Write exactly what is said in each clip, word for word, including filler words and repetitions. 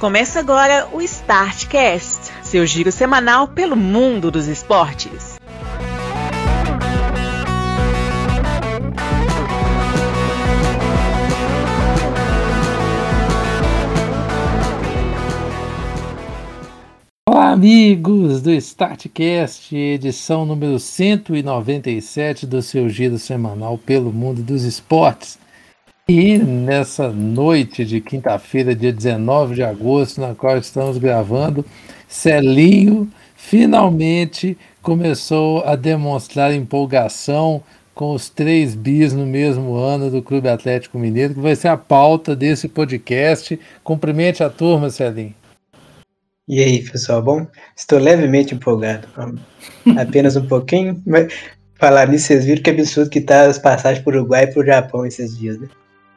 Começa agora o StartCast, seu giro semanal pelo mundo dos esportes. Olá, amigos do StartCast, edição número cento e noventa e sete do seu giro semanal pelo mundo dos esportes. E nessa noite de quinta-feira, dia dezenove de agosto, na qual estamos gravando, Celinho finalmente começou a demonstrar empolgação com os três bis no mesmo ano do Clube Atlético Mineiro, que vai ser a pauta desse podcast. Cumprimente a turma, Celinho. E aí, pessoal, bom? Estou levemente empolgado, apenas um pouquinho, mas falar nisso, vocês viram que absurdo que tá as passagens para o Uruguai e para o Japão esses dias, né?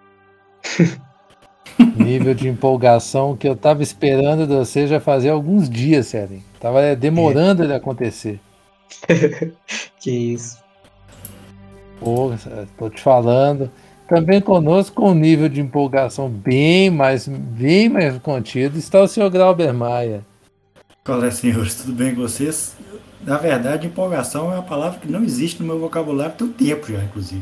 Nível de empolgação que eu estava esperando de você já fazia alguns dias, Celinho. Tava demorando é. ele acontecer. Que isso. Pô, tô te falando. Também conosco, com um nível de empolgação bem mais, bem mais contido, está o senhor Glauber Maia. Olá, senhores, tudo bem com vocês? Na verdade, empolgação é uma palavra que não existe no meu vocabulário tem um tempo já, inclusive.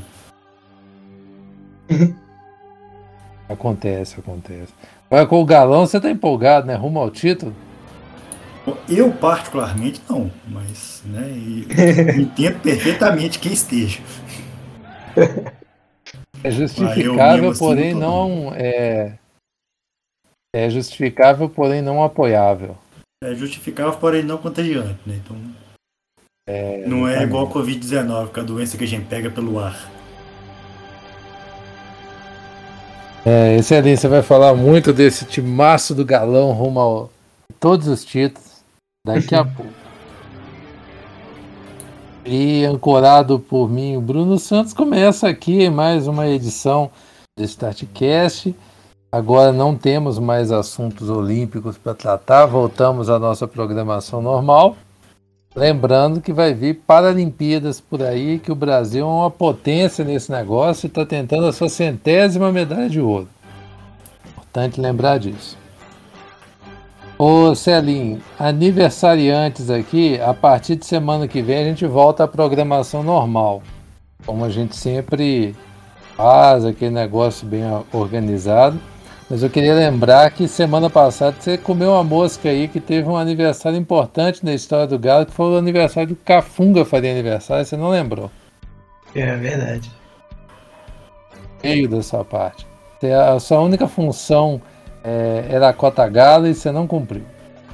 Acontece, acontece. Agora com o Galão você tá empolgado, né? Rumo ao título? Eu particularmente não, mas né, entendo perfeitamente quem esteja. É justificável, porém não é... é justificável, porém não apoiável. É justificável, porém não contagiante, né? Então é, não é igual a covid dezenove, que é a doença que a gente pega pelo ar. É, excelente, você vai falar muito desse timaço do Galão rumo a todos os títulos daqui a pouco. E ancorado por mim, o Bruno Santos, começa aqui mais uma edição do StartCast. Agora não temos mais assuntos olímpicos para tratar, voltamos à nossa programação normal. Lembrando que vai vir Paralimpíadas por aí, que o Brasil é uma potência nesse negócio e está tentando a sua centésima medalha de ouro. Importante lembrar disso. Ô Celinho, aniversariantes aqui, a partir de semana que vem a gente volta à programação normal. Como a gente sempre faz, aquele negócio bem organizado. Mas eu queria lembrar que semana passada você comeu uma mosca aí que teve um aniversário importante na história do Galo, que foi o aniversário do Cafunga faria aniversário, você não lembrou? É verdade. Meio da sua parte. A sua única função é, era a cota Galo e você não cumpriu.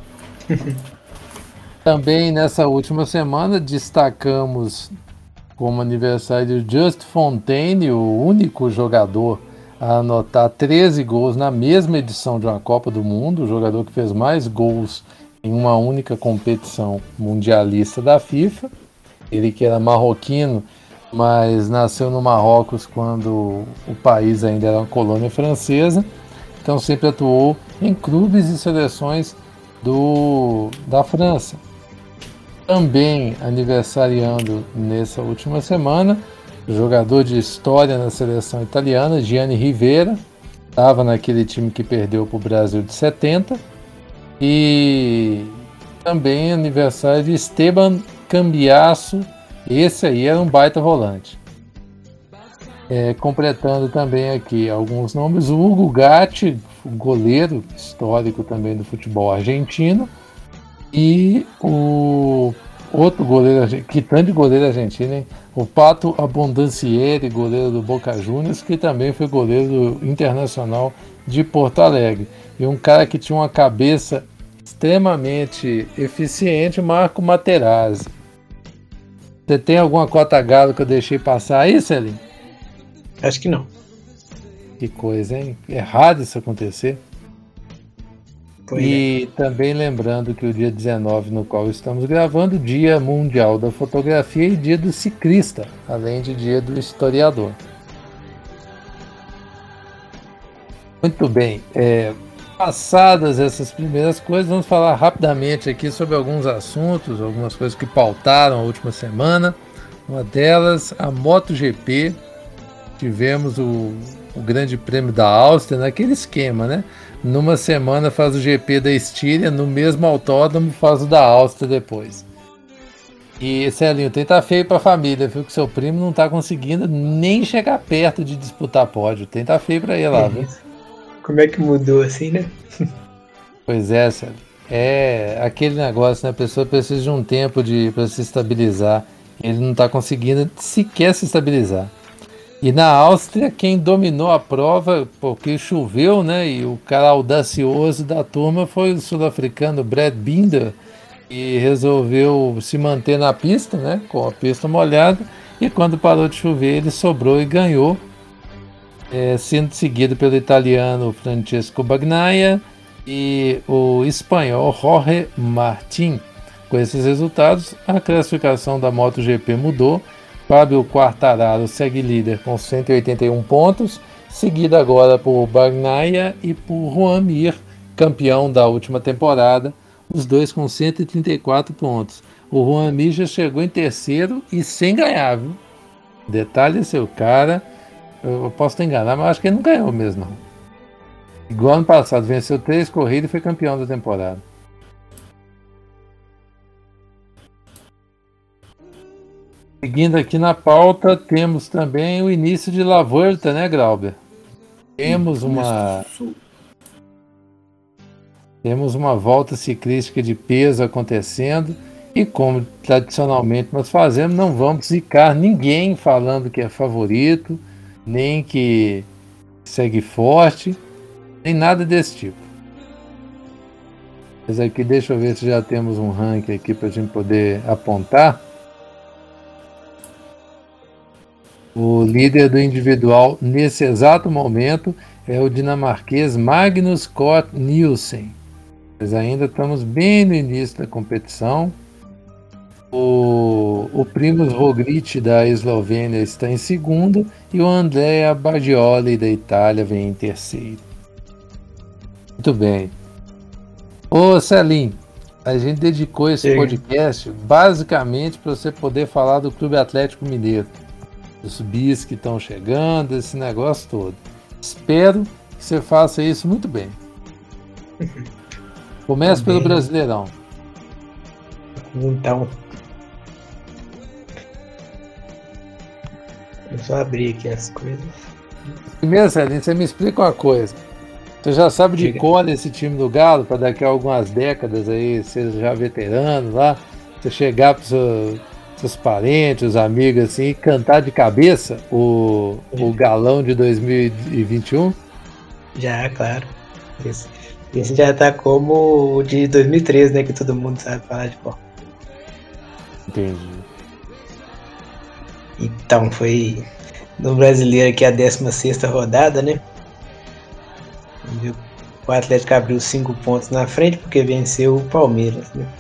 Também nessa última semana destacamos como aniversário de Just Fontaine, o único jogador a anotar treze gols na mesma edição de uma Copa do Mundo, o jogador que fez mais gols em uma única competição mundialista da FIFA. Ele que era marroquino, mas nasceu no Marrocos quando o país ainda era uma colônia francesa, então sempre atuou em clubes e seleções do, da França. Também aniversariando nessa última semana, jogador de história na seleção italiana, Gianni Rivera, estava naquele time que perdeu para o Brasil de setenta. E também aniversário de Esteban Cambiasso, esse aí era um baita volante. É, completando também aqui alguns nomes, o Hugo Gatti, goleiro histórico também do futebol argentino, e o outro goleiro, que tanto de goleiro argentino, hein? O Pato Abondancieri, goleiro do Boca Juniors, que também foi goleiro do Internacional de Porto Alegre. E um cara que tinha uma cabeça extremamente eficiente, Marco Materazzi. Você tem alguma cota Galo que eu deixei passar aí, Celinho? Acho que não. Que coisa, hein? É raro isso acontecer. Pois e é. Também lembrando que o dia dezenove, no qual estamos gravando, Dia Mundial da Fotografia e Dia do Ciclista, além de Dia do Historiador. Muito bem, é, passadas essas primeiras coisas, vamos falar rapidamente aqui sobre alguns assuntos, algumas coisas que pautaram a última semana. Uma delas, a MotoGP. Tivemos o, o Grande Prêmio da Áustria, naquele esquema, né? numa semana faz o G P da Estíria, no mesmo autódromo faz o da Áustria depois. E, Celinho, tem tá feio pra família, viu? Que seu primo não tá conseguindo nem chegar perto de disputar pódio. Tem tá feio pra ele lá, viu? Como é que mudou assim, né? Pois é, Celinho. É aquele negócio, né? A pessoa precisa de um tempo de, pra se estabilizar. Ele não tá conseguindo sequer se estabilizar. E na Áustria, quem dominou a prova, porque choveu, né? E o cara audacioso da turma foi o sul-africano Brad Binder, e resolveu se manter na pista, né, com a pista molhada, e quando parou de chover ele sobrou e ganhou, é, sendo seguido pelo italiano Francesco Bagnaia e o espanhol Jorge Martin. Com esses resultados, a classificação da MotoGP mudou. Fábio Quartararo segue líder com cento e oitenta e um pontos, seguido agora por Bagnaia e por Joan Mir, campeão da última temporada, os dois com cento e trinta e quatro pontos. O Joan Mir já chegou em terceiro e sem ganhar, viu? Detalhe, seu cara, eu posso estar enganado, mas acho que ele não ganhou mesmo, não. Igual ano passado, venceu três corridas e foi campeão da temporada. Seguindo aqui na pauta, temos também o início de La Vuelta, né, Glauber? Temos uma... Temos uma volta ciclística de peso acontecendo e, como tradicionalmente nós fazemos, não vamos zicar ninguém falando que é favorito, nem que segue forte, nem nada desse tipo. Mas aqui deixa eu ver se já temos um ranking aqui para a gente poder apontar. O líder do individual nesse exato momento é o dinamarquês Magnus Cort Nielsen. Mas ainda estamos bem no início da competição. O, o Primož Roglič da Eslovênia está em segundo e o Andrea Bagioli da Itália vem em terceiro. Muito bem. Ô Celim, a gente dedicou esse Sim. podcast basicamente para você poder falar do Clube Atlético Mineiro, dos bis que estão chegando, esse negócio todo. Espero que você faça isso muito bem. Comece pelo Brasileirão. Então, eu só abrir aqui as coisas. Primeiro, Celinho, você me explica uma coisa. Você já sabe de Diga. cor esse time do Galo, para daqui a algumas décadas aí, você já veterano lá, você chegar para os seu, seus parentes, os amigos assim, e cantar de cabeça o, o galão de dois mil e vinte e um? Já, claro. Esse, esse já tá como o de dois mil e treze, né? Que todo mundo sabe falar de cor. Entendi. Então, foi no Brasileiro aqui a décima sexta rodada, né? O Atlético abriu cinco pontos na frente porque venceu o Palmeiras, né?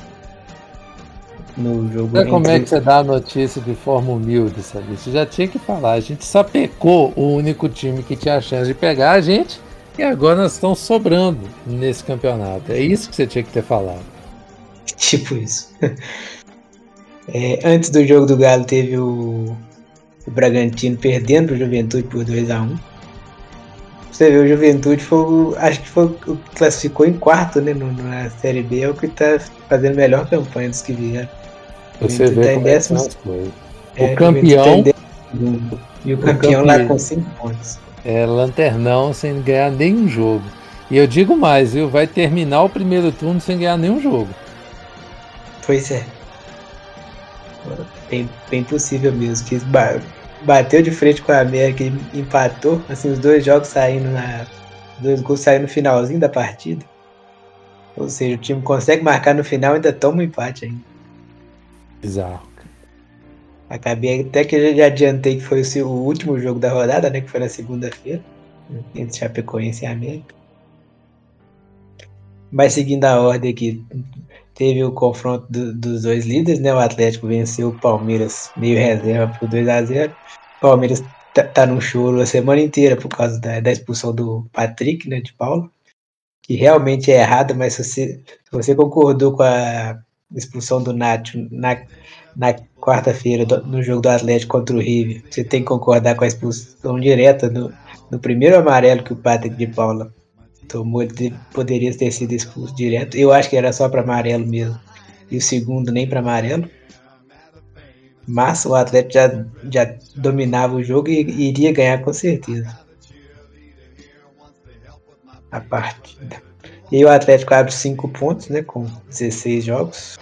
No jogo Olha como entre... é que você dá a notícia de forma humilde, sabe? Você já tinha que falar. A gente só pecou o único time que tinha a chance de pegar a gente e agora nós estamos sobrando nesse campeonato. É isso que você tinha que ter falado. Tipo isso. É, antes do jogo do Galo teve o, o Bragantino perdendo o Juventude por dois a um. Você vê, o Juventude foi o, acho que foi o que classificou em quarto, né, no, na Série B, é o que está fazendo a melhor campanha dos que vieram. Você vê tá como em é décimos, que são as coisas. é, O campeão... Tá e o, o campeão lá com cinco pontos. É lanternão sem ganhar nenhum jogo. E eu digo mais, viu? Vai terminar o primeiro turno sem ganhar nenhum jogo. Pois é. Bem, bem possível mesmo. Que bateu de frente com a América e empatou. Assim, os dois jogos saindo na. Dois gols saindo no finalzinho da partida. Ou seja, o time consegue marcar no final e ainda toma um empate ainda. Bizarro. Acabei até que eu já adiantei que foi o último jogo da rodada, né? Que foi na segunda-feira. Entre Chapecoense e América. Mas seguindo a ordem aqui, teve o confronto do, dos dois líderes, né? O Atlético venceu o Palmeiras meio reserva por dois a zero. O Palmeiras tá, tá num choro a semana inteira por causa da, da expulsão do Patrick, né? De Paulo. Que realmente é errado, mas se você, se você concordou com a expulsão do Nacho na, na quarta-feira no jogo do Atlético contra o River, você tem que concordar com a expulsão direta no, no primeiro amarelo que o Patrick de Paula Tomou, poderia ter sido expulso direto. Eu acho que era só para amarelo mesmo. E o segundo nem para amarelo. Mas o Atlético já, já dominava o jogo e iria ganhar com certeza. A partida. E o Atlético abre cinco pontos, né? Com dezesseis jogos.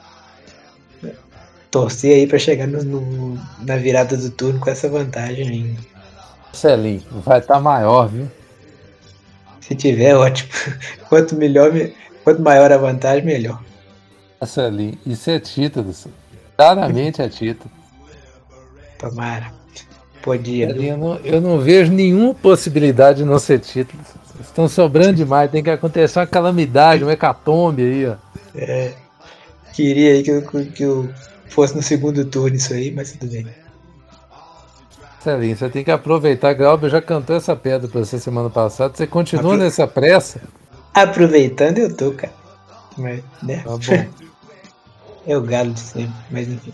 Torcer aí para chegar no, no, na virada do turno com essa vantagem ainda. Celinho, vai estar tá maior, viu? Se tiver, ótimo. Quanto, melhor, quanto maior a vantagem, melhor. Celinho, isso é título. Claramente é título. Tomara. Podia. Celinho, eu, não, eu não vejo nenhuma possibilidade de não ser título. Estão sobrando demais. Tem que acontecer uma calamidade, um hecatombe aí, ó. É, queria aí que eu, que eu fosse no segundo turno isso aí, mas tudo bem. Celinho, você tem que aproveitar. Glauber já cantou essa pedra pra você semana passada. Você continua Apro... nessa pressa? Aproveitando eu tô, cara. Mas, né? Tá bom. É o galo de sempre, mas enfim.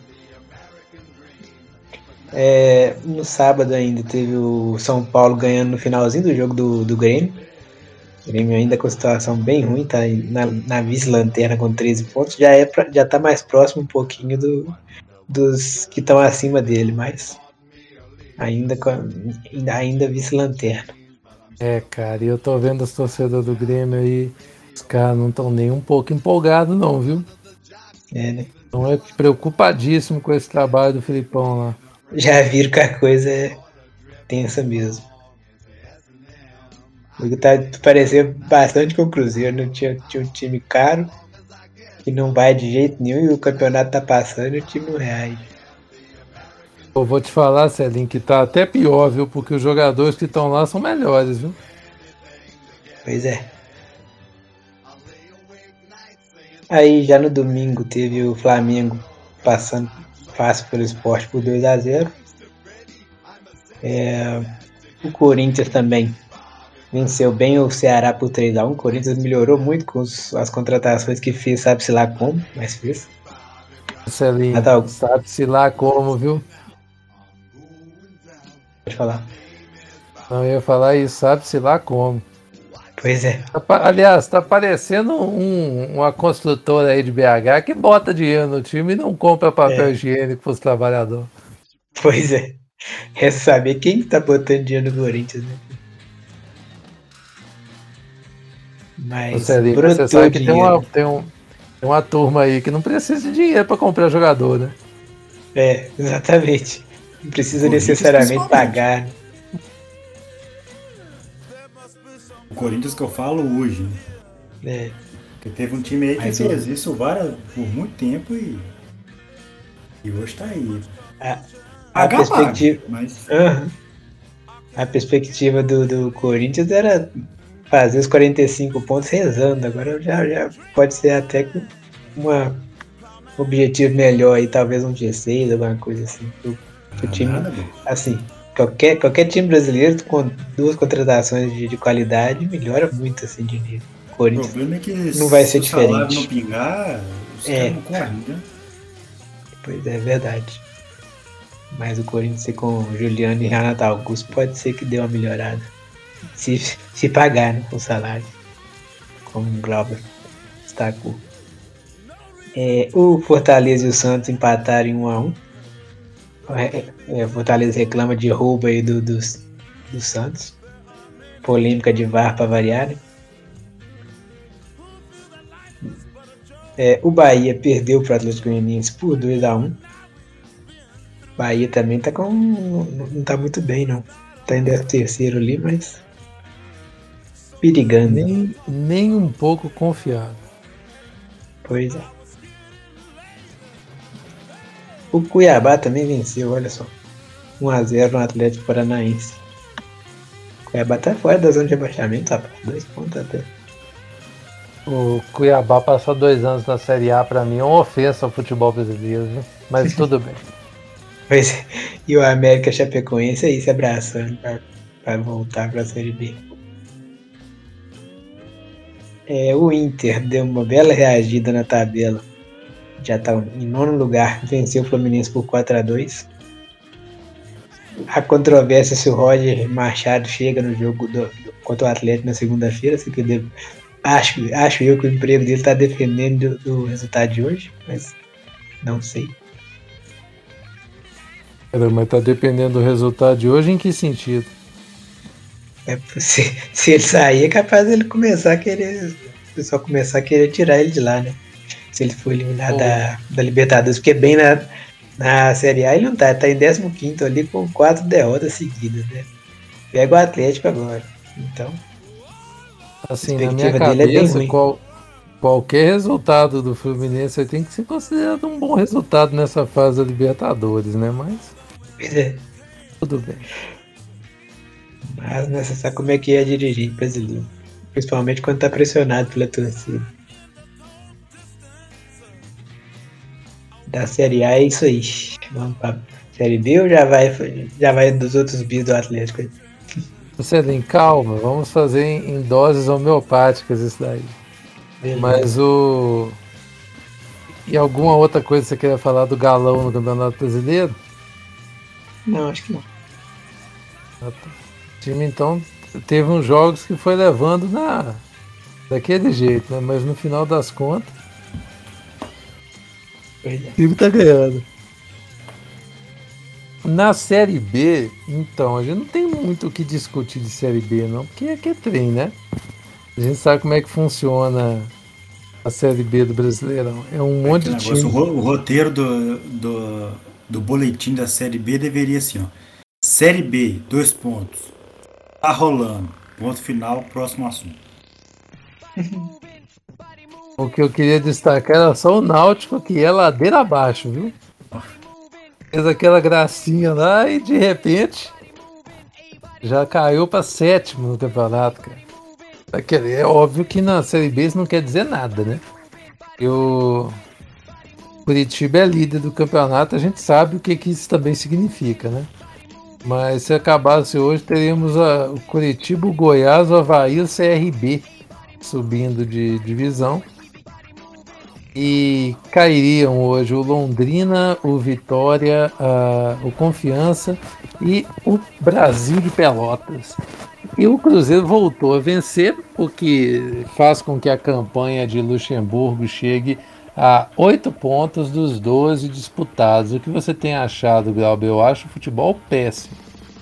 É, no sábado ainda teve o São Paulo ganhando no finalzinho do jogo do, do Grêmio. O Grêmio ainda com situação bem ruim, tá na, na vice-lanterna com treze pontos. Já, é pra, já tá mais próximo um pouquinho do, dos que estão acima dele, mas ainda, ainda, ainda vice-lanterna. É, cara, e eu tô vendo os torcedores do Grêmio aí, os caras não estão nem um pouco empolgados não, viu? É, né? Então é preocupadíssimo com esse trabalho do Filipão lá. Já viram que a coisa é tensa mesmo. Porque tá parecendo bastante com o Cruzeiro, né? Tinha, tinha um time caro, que não vai de jeito nenhum, e o campeonato tá passando e o time não reage. Eu vou te falar, Celinho, que tá até pior, viu? Porque os jogadores que estão lá são melhores, viu? Pois é. Aí já no domingo teve o Flamengo passando fácil pelo Sport por dois a zero. É, o Corinthians também venceu bem o Ceará por três a um. O Corinthians melhorou muito com os, as contratações que fez, sabe-se lá como, mas fez. Celinho, ah, tá. Sabe-se lá como, viu? Pode falar. Não, eu ia falar isso, sabe-se lá como. Pois é. Aliás, tá parecendo um, uma construtora aí de B H que bota dinheiro no time e não compra papel é. higiênico para os trabalhadores. Pois é. É saber quem tá botando dinheiro no Corinthians, né? Mas você, você sabe que tem uma, tem, um, tem uma turma aí que não precisa de dinheiro para comprar jogador, né? É, exatamente. Não precisa necessariamente pagar. O Corinthians que eu falo hoje, né? É. Porque teve um time aí que Mas fez eu... isso várias, por muito tempo e, e hoje tá aí. A, a, perspectiva... mas... uhum. a perspectiva do, do Corinthians era fazer os quarenta e cinco pontos rezando. Agora já, já pode ser até com um objetivo melhor aí, talvez um G seis, alguma coisa assim. O, o time, nada, assim, qualquer, qualquer time brasileiro com duas contratações de, de qualidade melhora muito assim de nível. O Corinthians o problema é que não vai ser se diferente. O salário não pingar, os é. caras não correm, né? Pois é, verdade. Mas o Corinthians com o Juliano e Renato Augusto pode ser que dê uma melhorada. Se, se pagar, né, o salário. Como o Glauber destacou. É, o Fortaleza e o Santos empataram em um a um. O Fortaleza reclama de roubo aí do, do, do Santos. Polêmica de V A R para variar, né? É, o Bahia perdeu para o Atlético Goianiense por dois a um. Bahia também tá com. Não tá muito bem, não. Tá em terceiro ali, mas. Perigando. Nem, nem um pouco confiado. Pois é. O Cuiabá também venceu, olha só. um a zero no Atlético Paranaense. O Cuiabá tá fora da zona de rebaixamento, rapaz. Dois pontos até. O Cuiabá passou dois anos na Série A, pra mim é uma ofensa ao futebol brasileiro, viu? Mas tudo bem. Pois é. E o América Chapecoense aí se abraçando pra, pra voltar pra Série B. É, o Inter deu uma bela reagida na tabela. Já tá em nono lugar. Venceu o Fluminense por quatro a dois. a controvérsia se o Roger Machado chega no jogo do, do, contra o Atlético na segunda-feira, assim que eu devo, acho, acho eu que o emprego dele está dependendo do, do resultado de hoje, mas não sei. Mas tá dependendo do resultado de hoje, em que sentido? É, se, se ele sair, é capaz de ele começar a querer, o pessoal começar a querer tirar ele de lá, né? Se ele for eliminado da, da Libertadores, porque bem na, na Série A ele não tá, ele tá em décimo quinto ali com quatro derrotas seguidas, né? Pega o Atlético agora, então Assim, a na minha perspectiva dele é bem cabeça, ruim. qual, qualquer resultado do Fluminense tem que ser considerado um bom resultado nessa fase da Libertadores, né? Mas Pois é, tudo bem. mas né, você sabe como é que é dirigir brasileiro, principalmente quando tá pressionado pela torcida. Da Série A é isso aí. Vamos pra Série B ou já vai, já vai dos outros bis do Atlético? Celim, calma, vamos fazer em, em doses homeopáticas isso daí. Beleza. Mas o. E alguma outra coisa que você queria falar do Galão no Campeonato Brasileiro? Não, acho que não. O time então teve uns jogos que foi levando na daquele jeito, né? Mas no final das contas, Pois é. o time tá ganhando. Na Série B, então, a gente não tem muito o que discutir de Série B, não, porque aqui é trem, né? A gente sabe como é que funciona a Série B do Brasileirão. É um monte de Negócio, time. o, ro- o roteiro do, do, do boletim da Série B deveria assim, ó. Série B, dois pontos. Tá rolando. Ponto final, próximo assunto. O que eu queria destacar era só o Náutico, que é ladeira abaixo, viu? Fez aquela gracinha lá e de repente já caiu para sétimo no campeonato, cara. Aquele- É óbvio que na Série B isso não quer dizer nada, né? E o Curitiba é líder do campeonato, a gente sabe o que, que isso também significa, né? Mas se acabasse hoje, teríamos a- o Curitiba, o Goiás, o Avaí e o C R B subindo de divisão. E cairiam hoje o Londrina, o Vitória, a- o Confiança e o Brasil de Pelotas. E o Cruzeiro voltou a vencer, o que faz com que a campanha de Luxemburgo chegue a oito pontos dos doze disputados. O que você tem achado, Glauber? Eu acho o futebol péssimo.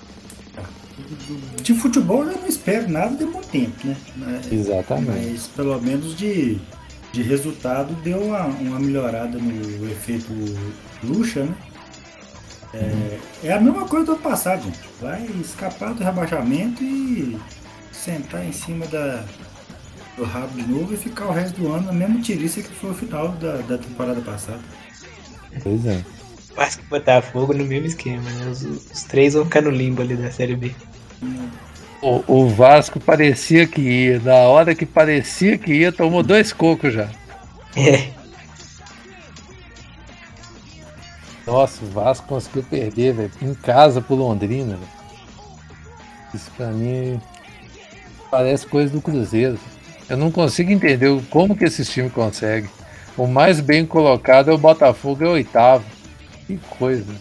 De futebol eu não espero nada de bom tempo, né? Mas, Exatamente. mas pelo menos de, de resultado deu uma, uma melhorada no efeito Lucha, né? É, é a mesma coisa do ano passado, gente. Vai escapar do rebaixamento e sentar em cima da, do rabo de novo e ficar o resto do ano na mesma tiriça que foi o final da, da temporada passada. Pois é. Vasco e Botafogo no mesmo esquema, né? Os, os três vão ficar no limbo ali da Série B. O, o Vasco parecia que ia. Na hora que parecia que ia, tomou dois cocos já. É, Nossa, o Vasco conseguiu perder, velho, em casa pro Londrina, velho. Isso pra mim parece coisa do Cruzeiro. Eu não consigo entender como que esses times conseguem. O mais bem colocado é o Botafogo, é o oitavo. Que coisa.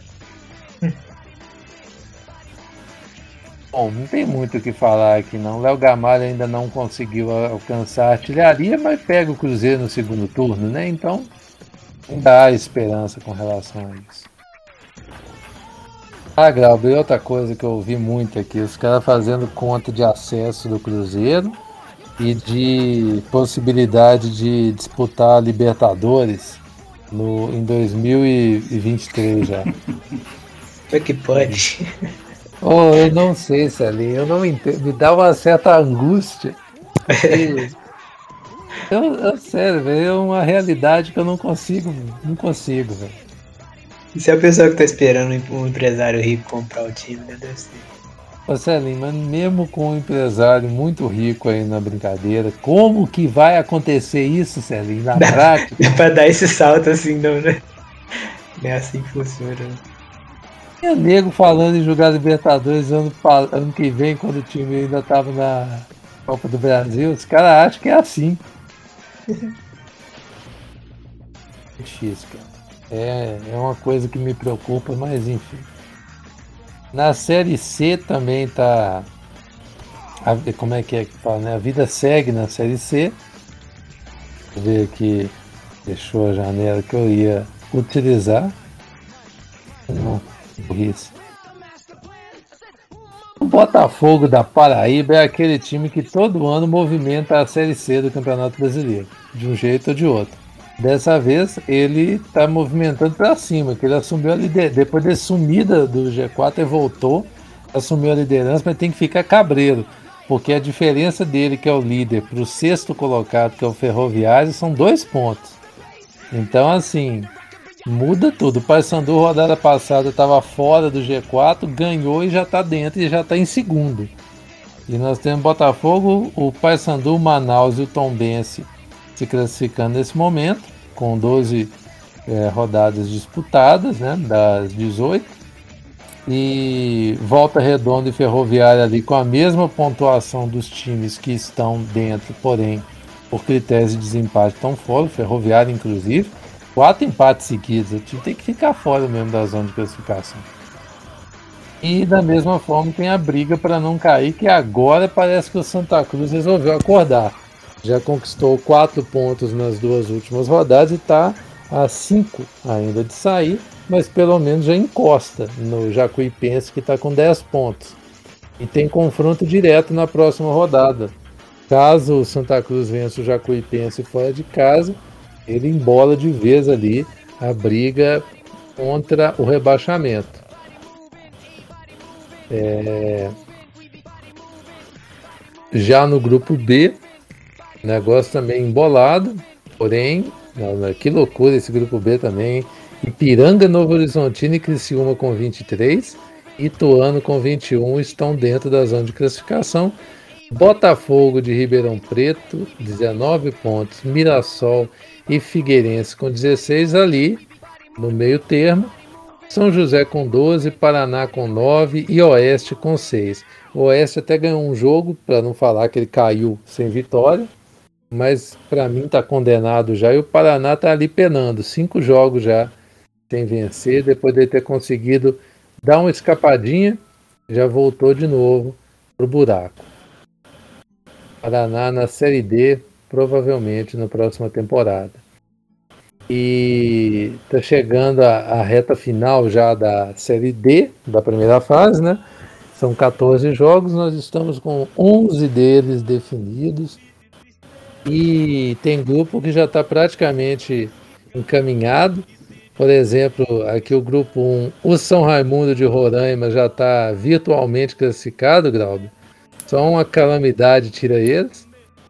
Bom, não tem muito o que falar aqui não. Léo Gamalho ainda não conseguiu alcançar a artilharia, mas pega o Cruzeiro no segundo turno, né? Então ainda há esperança com relação a isso. Ah, Glauber, e outra coisa que eu ouvi muito aqui, os caras fazendo conta de acesso do Cruzeiro e de possibilidade de disputar a Libertadores no, em dois mil e vinte e três já. foi que pode. Oh, eu não sei, Celinho, eu não entendo, me dá uma certa angústia. porque Eu, eu, sério, velho, é uma realidade que eu não consigo, não consigo, velho. Isso é a pessoa que tá esperando um empresário rico comprar o time, né? Deve ser. Ô, Celinho, mas mesmo com um empresário muito rico aí na brincadeira, como que vai acontecer isso, Celinho, na Dá- prática? Dá pra dar esse salto assim, não, né? Não é assim que funciona. né? Tinha nego falando em jogar Libertadores ano, pa- ano que vem, quando o time ainda tava na Copa do Brasil. Os caras acham que é assim. Difícil, cara. É, é uma coisa que me preocupa, mas enfim. Na Série C também tá. A, como é que é que fala, né? A vida segue na Série C. Vou ver aqui. Fechou a janela que eu ia utilizar. Não, burrice. O Botafogo da Paraíba é aquele time que todo ano movimenta a Série C do Campeonato Brasileiro, de um jeito ou de outro. Dessa vez ele está movimentando para cima, que ele assumiu a liderança. Depois de sumida do G quatro, ele voltou, assumiu a liderança, mas tem que ficar cabreiro, porque a diferença dele, que é o líder, para o sexto colocado, que é o Ferroviário, são dois pontos. Então, assim, muda tudo. O Paysandu, rodada passada, estava fora do G quatro, ganhou e já está dentro e já está em segundo. E nós temos Botafogo, o Paysandu, o Manaus e o Tombense se classificando nesse momento, com doze é, rodadas disputadas, né, das dezoito. E Volta Redonda e Ferroviária ali com a mesma pontuação dos times que estão dentro, porém, por critérios de desempate estão fora, o Ferroviário inclusive. Quatro empates seguidos, o time tem que ficar fora mesmo da zona de classificação. E da mesma forma tem a briga para não cair, que agora parece que o Santa Cruz resolveu acordar. Já conquistou quatro pontos nas duas últimas rodadas e está a cinco ainda de sair, mas pelo menos já encosta no Jacuipense, que está com dez pontos. E tem confronto direto na próxima rodada. Caso o Santa Cruz vença o Jacuipense fora de casa, ele embola de vez ali a briga contra o rebaixamento. É... Já no grupo B, negócio também embolado, porém, não, que loucura esse grupo B também. Ipiranga, Novo Horizontino e Criciúma com vinte e três, Ituano com vinte e um estão dentro da zona de classificação. Botafogo de Ribeirão Preto, dezenove pontos, Mirassol e Figueirense com dezesseis ali, no meio termo. São José com doze, Paraná com nove e Oeste com seis. O Oeste até ganhou um jogo, para não falar que ele caiu sem vitória, mas para mim está condenado já, e o Paraná está ali penando, cinco jogos já sem vencer, depois de ter conseguido dar uma escapadinha, já voltou de novo pro buraco. Paraná na Série D, provavelmente na próxima temporada. E está chegando a, a reta final já da Série D, da primeira fase, né? São quatorze jogos, nós estamos com onze deles definidos. E tem grupo que já está praticamente encaminhado. Por exemplo, aqui o grupo um, o São Raimundo de Roraima já está virtualmente classificado, Grauber. Só uma calamidade tira eles.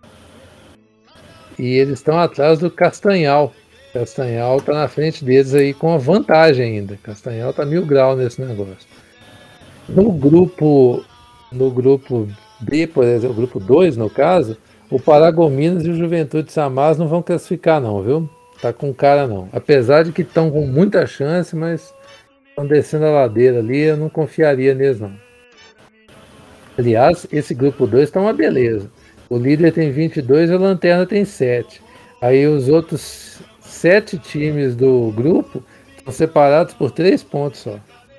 E eles estão atrás do Castanhal. Castanhal está na frente deles aí com a vantagem ainda. Castanhal está mil graus nesse negócio. No grupo, no grupo B, por exemplo, o grupo dois no caso, o Paragominas e o Juventude Samars não vão classificar não, viu? Tá com cara não. Apesar de que estão com muita chance, mas estão descendo a ladeira ali, eu não confiaria neles não. Aliás, esse grupo dois está uma beleza. O líder tem vinte e dois e a lanterna tem sete. Aí os outros sete times do grupo estão separados por três pontos só.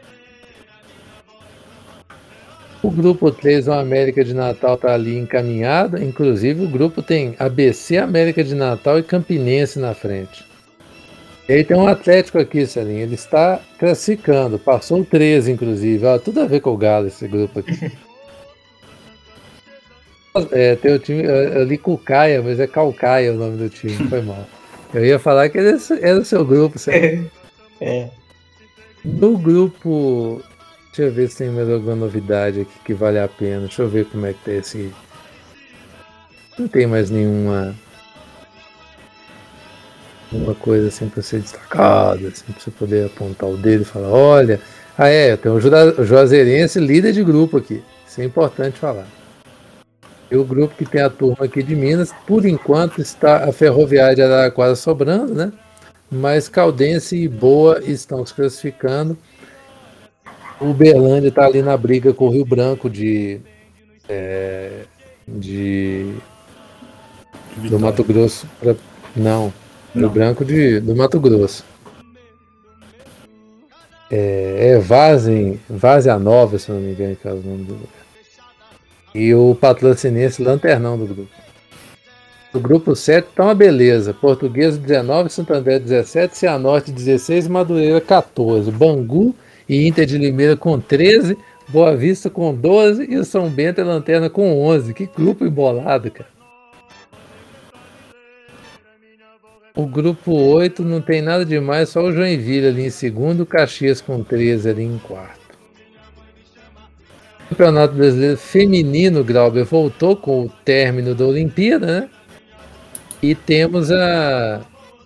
O grupo três, o América de Natal, está ali encaminhado. Inclusive, o grupo tem A B C, América de Natal e Campinense na frente. E aí tem um Atlético aqui, Celinho. Ele está classificando. Passou o treze, inclusive. Ó, tudo a ver com o Galo, esse grupo aqui. É, tem o time... Eu li Cucaia, mas é Calcaia o nome do time. Foi mal. Eu ia falar que era, era o seu grupo, Celinho. É. No grupo... Deixa eu ver se tem mais alguma novidade aqui que vale a pena. Deixa eu ver como é que tá esse... Não tem mais nenhuma... Uma coisa assim para ser destacada, assim, para você poder apontar o dedo e falar, olha... Ah, é, tem o Juazeirense líder de grupo aqui. Isso é importante falar. E o grupo que tem a turma aqui de Minas, por enquanto está a Ferroviária de Araraquara sobrando, né? Mas Caldense e Boa estão se classificando. O Uberlândia está ali na briga com o Rio Branco de, é, de do Mato Grosso. Pra, não, Rio Branco de, do Mato Grosso. É, é Vazem, Vazia Nova, se não me engano, que é o nome do lugar. E o Patrocinense Lanternão do grupo. O grupo sete tá uma beleza. Portuguesa dezenove, Santo André dezessete, Cianorte dezesseis, Madureira catorze. Bangu e Inter de Limeira com treze, Boa Vista com doze e o São Bento e Lanterna com onze. Que grupo embolado, cara. O grupo oito não tem nada demais, só o Joinville ali em segundo, o Caxias com treze ali em quarto. O Campeonato Brasileiro Feminino, Glauber, voltou com o término da Olimpíada, né? E temos a,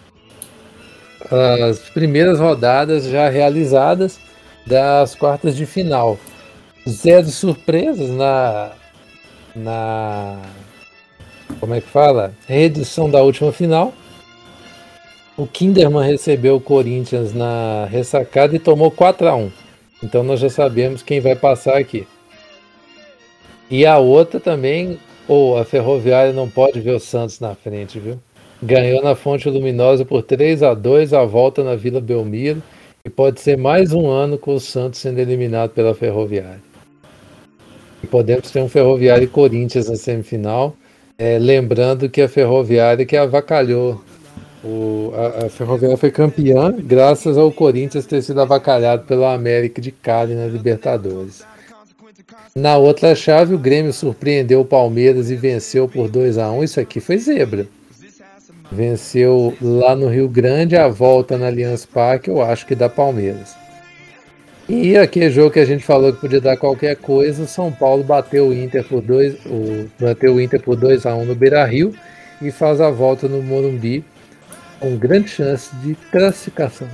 as primeiras rodadas já realizadas das quartas de final. Zero surpresas na, na como é que fala? Reedição da última final. O Kinderman recebeu o Corinthians na ressacada e tomou quatro a um. Então nós já sabemos quem vai passar aqui. E a outra também, ou oh, a Ferroviária não pode ver o Santos na frente, viu? Ganhou na Fonte Luminosa por três a dois, a volta na Vila Belmiro. E pode ser mais um ano com o Santos sendo eliminado pela Ferroviária. E podemos ter um Ferroviária e Corinthians na semifinal. É, lembrando que a Ferroviária que avacalhou. O, a, a Ferroviária foi campeã graças ao Corinthians ter sido avacalhado pela América de Cali na Libertadores. Na outra chave, o Grêmio surpreendeu o Palmeiras e venceu por dois a um. Isso aqui foi zebra. Venceu lá no Rio Grande, a volta na Allianz Parque, eu acho que dá Palmeiras. E aquele jogo que a gente falou que podia dar qualquer coisa, o São Paulo bateu o Inter por dois, o, bateu o Inter por dois a um no Beira-Rio e faz a volta no Morumbi com grande chance de classificação.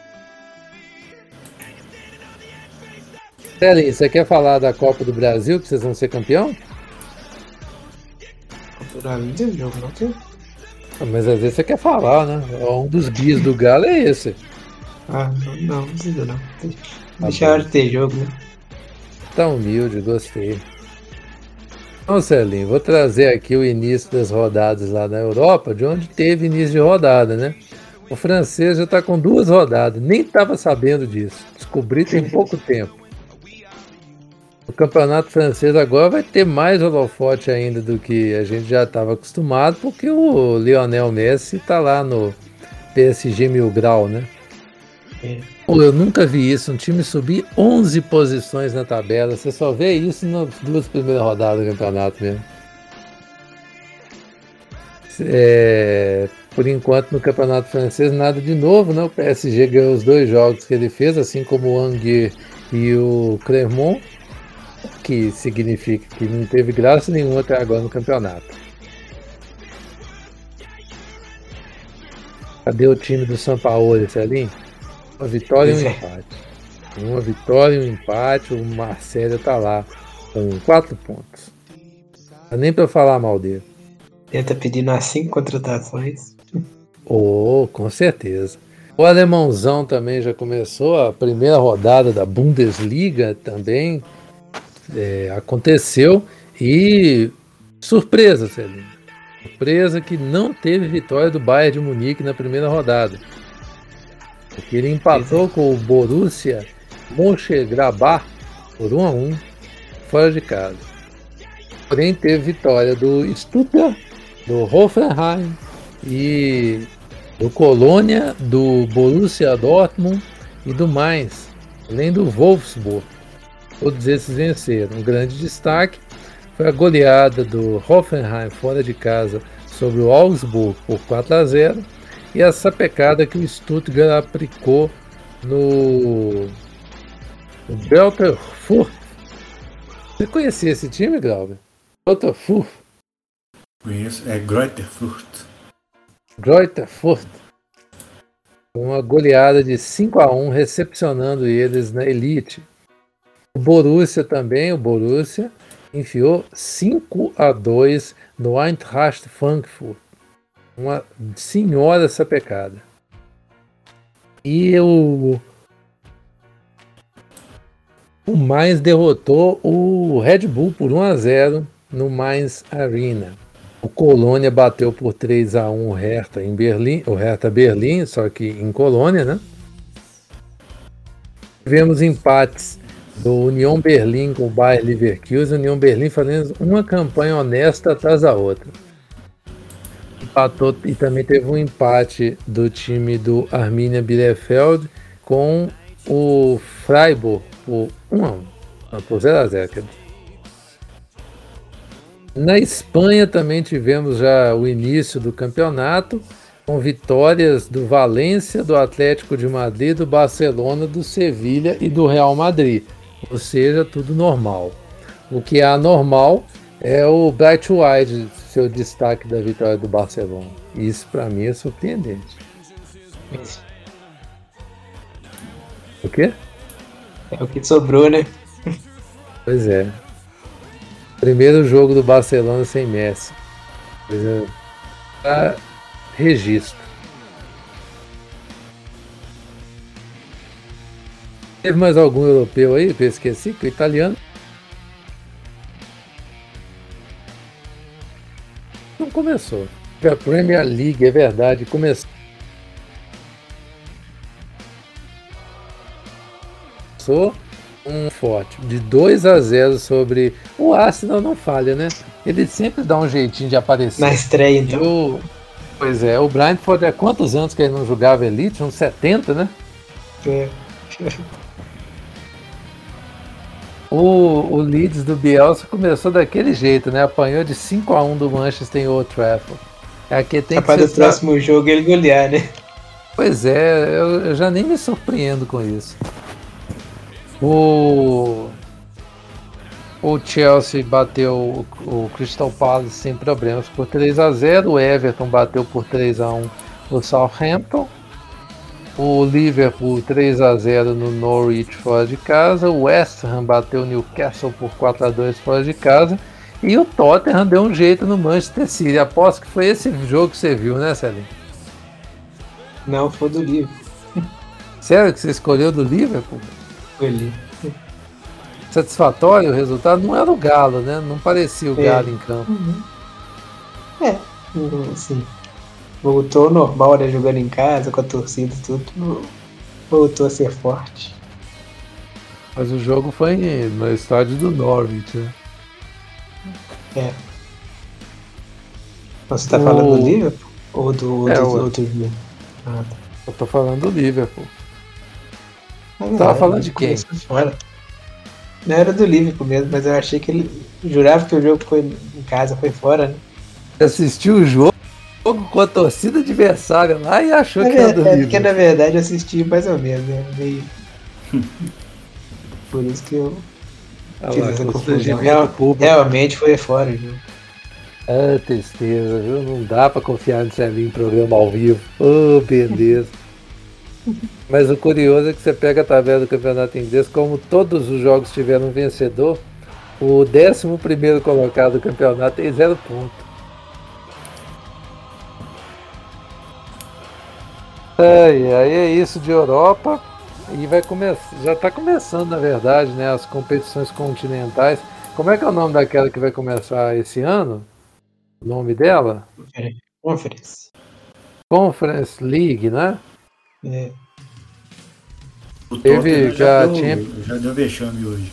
Celinho, você quer falar da Copa do Brasil, que vocês vão ser campeão? Copa do Brasil não tem jogo, não tem? Ah, mas às vezes você quer falar, né? Um dos guias do Galo é esse. Ah, não, não, não precisa não. Deixa a hora de ter jogo, né? Tá humilde, gostei. Então, Celinho, vou trazer aqui o início das rodadas lá na Europa, de onde teve início de rodada, né? O francês já tá com duas rodadas, nem estava sabendo disso. Descobri tem pouco tempo. O campeonato francês agora vai ter mais holofote ainda do que a gente já estava acostumado, porque o Lionel Messi está lá no P S G Mil Grau, né? É. Pô, eu nunca vi isso, um time subir onze posições na tabela, você só vê isso nas duas primeiras rodadas do campeonato mesmo. É, por enquanto no campeonato francês nada de novo, né? O P S G ganhou os dois jogos que ele fez, assim como o Angers e o Clermont, que significa que não teve graça nenhuma até agora no campeonato. Cadê o time do Sampaoli, Celinho? Uma vitória e um empate. Uma vitória e um empate, o Marcelo tá lá com quatro pontos. Não dá nem pra falar mal dele. Ele tá pedindo as cinco contratações. Oh, com certeza. O alemãozão também já começou a primeira rodada da Bundesliga também. É, aconteceu e surpresa, Celinho. Surpresa que não teve vitória do Bayern de Munique na primeira rodada. Porque ele empatou com o Borussia Mönchengladbach por um a um fora de casa. Porém teve vitória do Stuttgart, do Hoffenheim e do Colônia, do Borussia Dortmund e do Mainz, além do Wolfsburg. Todos esses venceram. Um grande destaque foi a goleada do Hoffenheim fora de casa sobre o Augsburg por quatro a zero e a sapecada que o Stuttgart aplicou no, no Greuther Fürth. Você conhecia esse time, Glauber? Greuther Fürth. Conheço, é Greuther Fürth. Greuther Fürth. Uma goleada de cinco a um, recepcionando eles na elite. O Borussia também, o Borussia enfiou cinco a dois no Eintracht Frankfurt. Uma senhora sapecada. E o o Mainz derrotou o Red Bull por um a zero no Mainz Arena. O Colônia bateu por três a um o Hertha em Berlim, o Hertha Berlim, só que em Colônia, né? Tivemos empates do Union Berlim com o Bayer Leverkusen, Union Berlim fazendo uma campanha honesta atrás da outra. Empatou, e também teve um empate do time do Arminia Bielefeld com o Freiburg por um a um, por zero a zero. Na Espanha também tivemos já o início do campeonato, com vitórias do Valência, do Atlético de Madrid, do Barcelona, do Sevilha e do Real Madrid. Ou seja, tudo normal. O que é anormal é o Bright White, seu destaque da vitória do Barcelona. Isso para mim é surpreendente. O quê? É o que sobrou, né? Pois é. Primeiro jogo do Barcelona sem Messi. Pois é. Pra registro. Teve mais algum europeu aí que eu esqueci? Que o italiano não começou. A Premier League, é verdade, começou. Um forte de dois a zero sobre o Arsenal. Não falha, né? Ele sempre dá um jeitinho de aparecer na estreia, então. O... Pois é, o Brentford há quantos anos que ele não jogava Elite? Uns setenta, né? É. O, o Leeds do Bielsa começou daquele jeito, né? Apanhou de cinco a um do Manchester em Old Trafford. Aqui tem Capaz que do próximo jogo ele golear, né? Pois é, eu, eu já nem me surpreendo com isso. O, o Chelsea bateu o, o Crystal Palace sem problemas por três a zero. O Everton bateu por três a um o Southampton. O Liverpool três a zero no Norwich fora de casa. O West Ham bateu o Newcastle por quatro a dois fora de casa. E o Tottenham deu um jeito no Manchester City. Aposto que foi esse jogo que você viu, né, Celinho? Não, foi do Liverpool. Sério que você escolheu do Liverpool? Escolhi. Satisfatório o resultado? Não era o Galo, né? Não parecia o É. Galo em campo. Uhum. É, assim, voltou normal, né? Jogando em casa, com a torcida e tudo. Voltou a ser forte. Mas o jogo foi no estádio do Norwich, né? É. Você tá O- falando do Liverpool? Ou do É, outro, o- outro dia? Ah, tá. Eu tô falando do Liverpool. É Tava verdade, falando mas de quem? começou fora. Não era do Liverpool mesmo, mas eu achei que ele. Jurava que o jogo foi em casa, foi fora, né? Assistiu o jogo com a torcida adversária lá e achou É, que era do é porque Liverpool. na verdade eu assisti mais ou menos, né? Meio... Por isso que eu Olha fiz lá, essa confusão. constrangimento Real- público. realmente foi fora, viu? Ah, tristeza, viu? Não dá pra confiar no Celinho em programa ao vivo. Oh, beleza. Mas o curioso é que você pega a tabela do campeonato inglês, como todos os jogos tiveram um vencedor, o décimo primeiro colocado do campeonato tem zero ponto. Ai, aí é isso de Europa. E vai começar, já está começando, na verdade, né, as competições continentais. Como é que é o nome daquela que vai começar esse ano? O nome dela? Conference. Conference League, né? É. O Teve Tottenham já deu, Champions. já deu vexame hoje.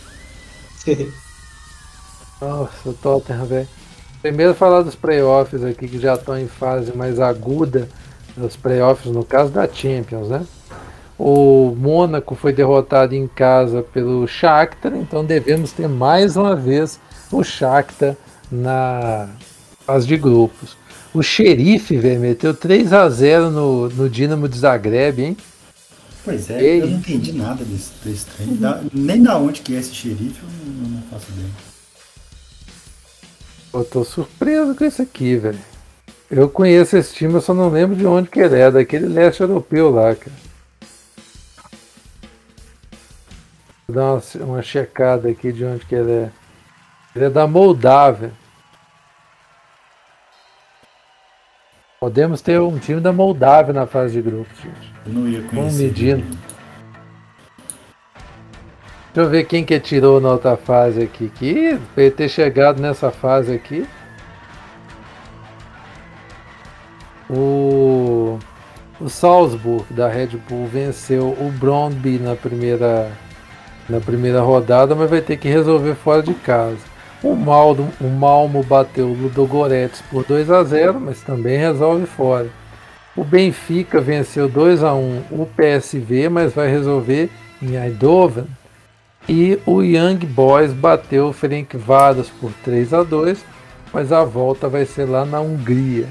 Nossa, o Tottenham, velho. Primeiro falar dos playoffs aqui, que já estão em fase mais aguda dos playoffs, no caso da Champions, né? O Mônaco foi derrotado em casa pelo Shakhtar, então devemos ter mais uma vez o Shakhtar na fase de grupos. O Xerife, velho, meteu três a zero no, no Dinamo de Zagreb, hein? Pois é, Ei. eu não entendi nada desse, desse trem. Da- nem da onde que é esse xerife, eu não, não faço ideia. Eu tô surpreso com isso aqui, velho. Eu conheço esse time, eu só não lembro de onde que ele é, daquele leste europeu lá, cara. Vou dar uma, uma checada aqui de onde que ele é. Ele é da Moldávia. Podemos ter um time da Moldávia na fase de grupos, gente. Eu não ia Vamos conhecer. medindo. Deixa eu ver quem que tirou na outra fase aqui. Que pra ele ter chegado nessa fase aqui. O O Salzburg da Red Bull venceu o Brøndby na primeira, na primeira rodada, mas vai ter que resolver fora de casa. O Malmo, o Malmo bateu o Ludogorets por dois a zero, mas também resolve fora. O Benfica venceu dois a um o P S V, mas vai resolver em Eindhoven. E o Young Boys bateu o Ferencváros por três a dois, mas a volta vai ser lá na Hungria.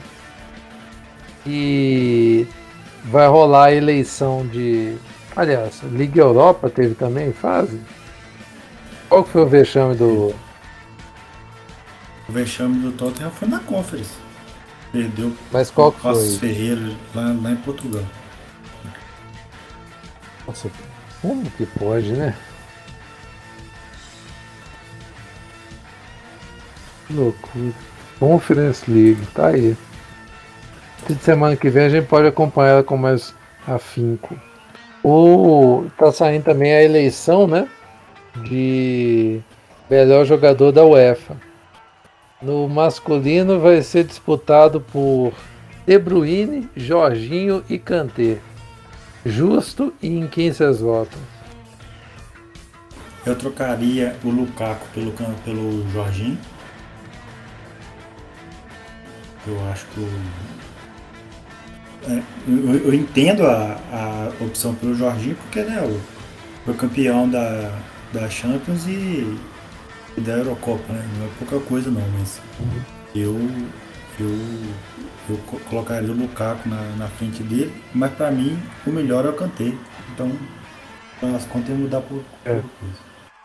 E vai rolar a eleição de... Aliás, Liga Europa teve também fase? Qual que foi o vexame do... O vexame do Tottenham foi na Conference. Perdeu Mas qual que o Passos foi? Ferreira lá, lá em Portugal. Nossa, como que pode, né? Que loucura. Conference League, tá aí. De semana que vem a gente pode acompanhar ela com mais afinco. O... Tá saindo também a eleição, né? De melhor jogador da UEFA. No masculino vai ser disputado por De Bruyne, Jorginho e Kanté. Justo e em quem vocês votam? Eu trocaria o Lukaku pelo, pelo Jorginho. Eu acho que o... é, eu, eu entendo a, a opção pelo Jorginho porque, né, o, foi campeão da, da Champions e, e da Eurocopa, né? Não é pouca coisa não, mas eu, eu, eu colocaria o Lukaku na, na frente dele, mas para mim o melhor é o Kanté. Então, as contas iam mudar por É. pouca coisa.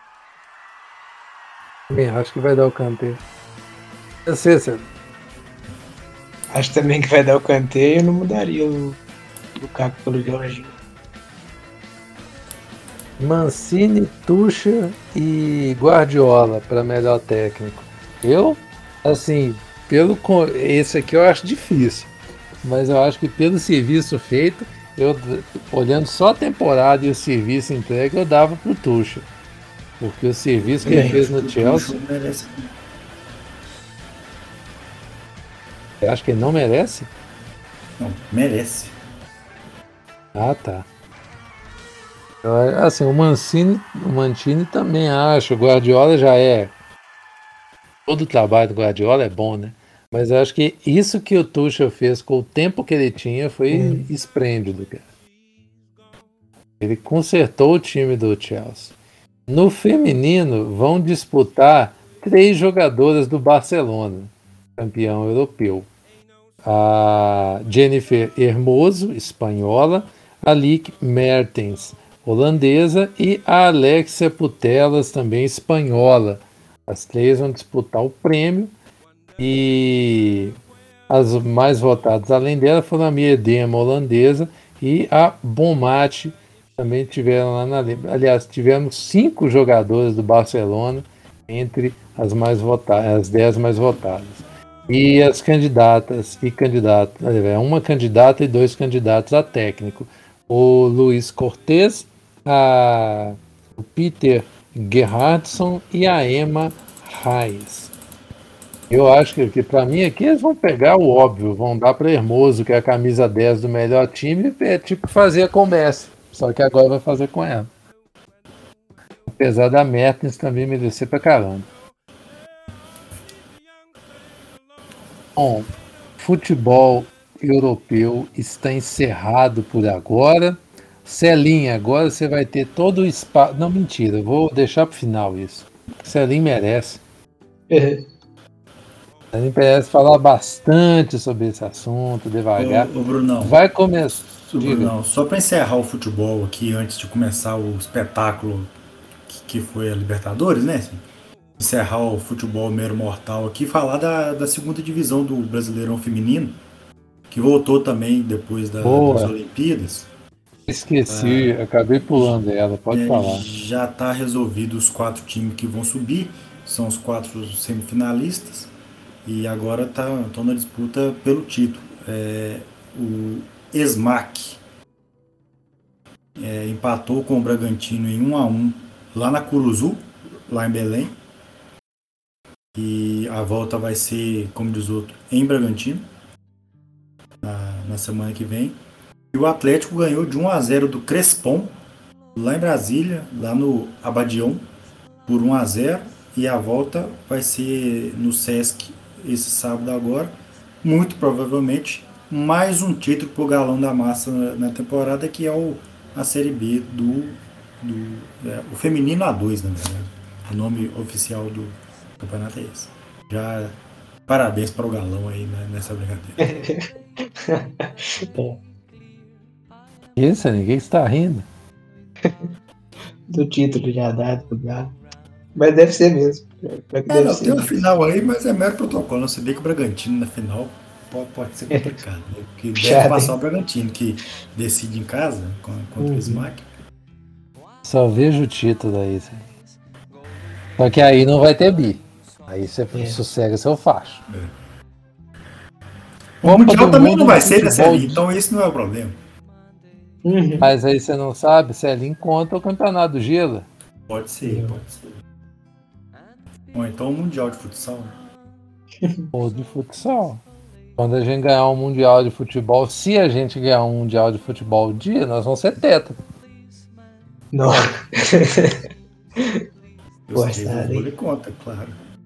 Bem, acho que vai dar o Kanté. Eu sei, César. Acho também que vai dar o Kanté e eu não mudaria o Lukaku pelo Jorginho. Mancini, Tuchel e Guardiola para melhor técnico. Eu, assim, pelo co- esse aqui eu acho difícil, mas eu acho que pelo serviço feito, eu olhando só a temporada e o serviço entregue, eu dava pro Tuchel, porque o serviço que ele fez no Chelsea, Merece. eu acho que ele não merece. Não, merece. Ah, tá. Eu, assim, o Mancini, o Mancini também acho. O Guardiola já é. Todo o trabalho do Guardiola é bom, né? Mas eu acho que isso que o Tuchel fez com o tempo que ele tinha foi Hum. esplêndido, cara. Ele consertou o time do Chelsea. No feminino, vão disputar três jogadoras do Barcelona, campeão europeu. A Jennifer Hermoso, espanhola, a Lieke Mertens, holandesa, e a Alexia Putellas, também espanhola. As três vão disputar o prêmio e as mais votadas além dela foram a Miedema, holandesa, e a Bonmati, também tiveram lá na lista. Aliás, tivemos cinco jogadoras do Barcelona entre as mais votadas, as dez mais votadas. E as candidatas e candidatas, é uma candidata e dois candidatos a técnico. O Luiz Cortez, a, o Peter Gerhardsson e a Emma Reis. Eu acho que, que para mim aqui eles vão pegar o óbvio, vão dar para Hermoso, que é a camisa dez do melhor time, é tipo fazer com o Messi, só que agora vai fazer com ela. Apesar da Mertens também merecer pra caramba. Bom, futebol europeu está encerrado por agora. Celinho, agora você vai ter todo o espaço. Não, mentira, vou deixar pro final isso. Celinho merece. Celinho merece falar bastante sobre esse assunto, devagar. Ô, ô Brunão, Vai começar. Ô, Brunão, só para encerrar o futebol aqui, antes de começar o espetáculo que, que foi a Libertadores, né? Assim, encerrar o futebol meio mortal aqui, falar da, da segunda divisão do Brasileirão Feminino, que voltou também depois da, das Olimpíadas. Esqueci, ah, acabei pulando ela, pode é, falar. Já está resolvido os quatro times que vão subir, são os quatro semifinalistas, e agora estão na disputa pelo título. É, o Esmac é, empatou com o Bragantino em um a um lá na Curuzu, lá em Belém. E a volta vai ser, como diz outro, em Bragantino, na, na semana que vem. E o Atlético ganhou de um a zero do Crespon, lá em Brasília, lá no Abadião, por um a zero. E a volta vai ser no Sesc esse sábado agora. Muito provavelmente mais um título pro Galão da Massa na, na temporada, que é o, a Série B do, do é, o Feminino A dois, na verdade. O nome oficial do campeonato é esse. Já parabéns para o Galão aí, né, nessa brincadeira. Isso, ninguém está rindo. Do título já dado pro Galo. Mas deve ser mesmo. É, Deve não, ser tem uma mesmo. final aí, mas é mero protocolo. Não sabia que o Bragantino na final pode, pode ser complicado. Né? Porque deve Já passar tem. o Bragantino, que decide em casa con- contra Uhum. o Smack. Só vejo o título aí. Zé. Só que aí não vai ter bi. Aí você É. sossega seu facho. O Copa Mundial do também Mundo não vai de ser dessa futebol ali, de- então esse não é o problema. Uhum. Mas aí você não sabe se ele encontra o campeonato do Gila. Pode ser, Não. pode ser. Ou então o Mundial de Futsal. Né? Ou de futsal. Quando a gente ganhar um Mundial de Futebol, se a gente ganhar um Mundial de Futebol dia, nós vamos ser teta. Não. Eu Boa sei, estrada, o hein? vôlei conta, claro.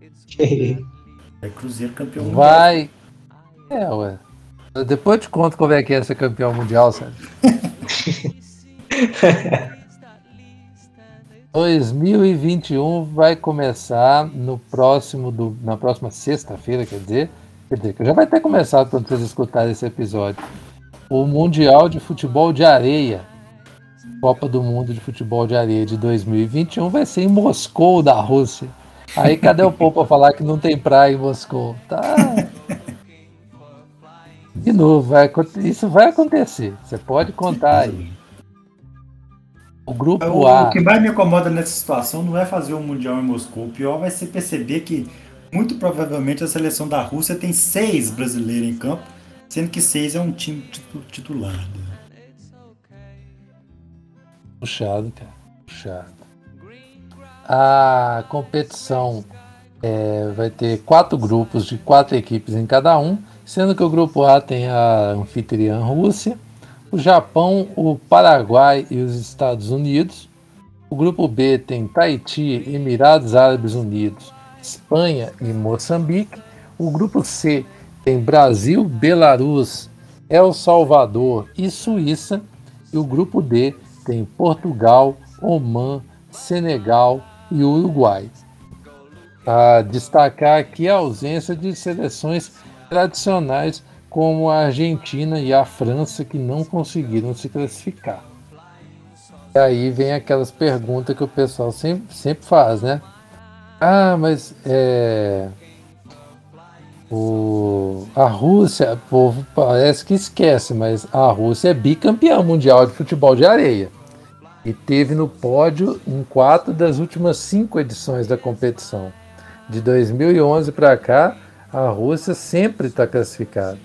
É Cruzeiro campeão mundial. Vai. É, ué. Depois eu te conto como é que é ser campeão mundial, sabe? dois mil e vinte e um vai começar no próximo do, na próxima sexta-feira, quer dizer, quer dizer, que já vai ter começado quando vocês escutarem esse episódio. O Mundial de Futebol de Areia, Copa do Mundo de Futebol de Areia de dois mil e vinte e um vai ser em Moscou, da Rússia. Aí cadê o povo pra falar que não tem praia em Moscou? Tá. De novo, vai, aconte- isso vai acontecer. Você pode contar aí. O grupo O, A. o que mais me incomoda nessa situação não é fazer o Mundial em Moscou. O pior vai ser perceber que, muito provavelmente, a seleção da Rússia tem seis brasileiros em campo, sendo que seis é um time titu- titular. Né? Puxado, cara. Puxado. A competição é, vai ter quatro grupos de quatro equipes em cada um, sendo que o grupo A tem a anfitriã Rússia, o Japão, o Paraguai e os Estados Unidos. O grupo B tem Tahiti, Emirados Árabes Unidos, Espanha e Moçambique. O grupo C tem Brasil, Belarus, El Salvador e Suíça. E o grupo D tem Portugal, Omã, Senegal e Uruguai. A destacar aqui a ausência de seleções tradicionais como a Argentina e a França, que não conseguiram se classificar. E aí vem aquelas perguntas que o pessoal sempre, sempre faz, né? Ah, mas é, o, a Rússia, o povo parece que esquece, mas a Rússia é bicampeã mundial de futebol de areia. E teve no pódio em quatro das últimas cinco edições da competição. De dois mil e onze para cá, a Rússia sempre está classificada.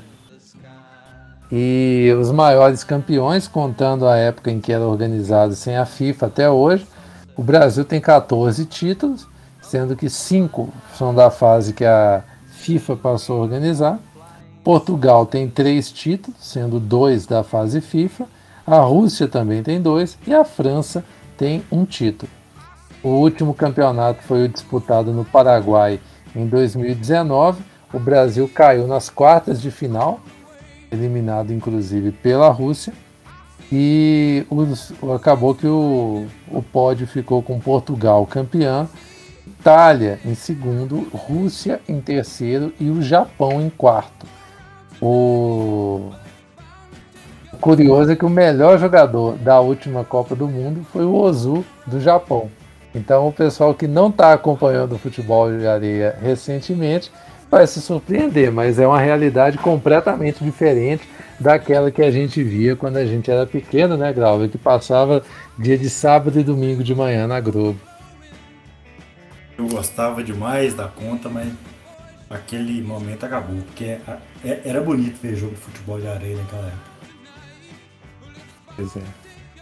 E os maiores campeões, contando a época em que era organizado sem a FIFA até hoje, o Brasil tem quatorze títulos, sendo que cinco são da fase que a FIFA passou a organizar. Portugal tem três títulos, sendo dois da fase FIFA. A Rússia também tem dois e a França tem um título. O último campeonato foi disputado no Paraguai em dois mil e dezenove. O Brasil caiu nas quartas de final, eliminado inclusive pela Rússia, e os, acabou que o, o pódio ficou com Portugal campeã, Itália em segundo, Rússia em terceiro e o Japão em quarto. O, o curioso é que o melhor jogador da última Copa do Mundo foi o Ozu do Japão. Então o pessoal que não está acompanhando o futebol de areia recentemente vai se surpreender, mas é uma realidade completamente diferente daquela que a gente via quando a gente era pequeno, né, Glauber? Que passava dia de sábado e domingo de manhã na Globo. Eu gostava demais da conta, mas aquele momento acabou, porque era bonito ver jogo de futebol de areia naquela época. Pois é.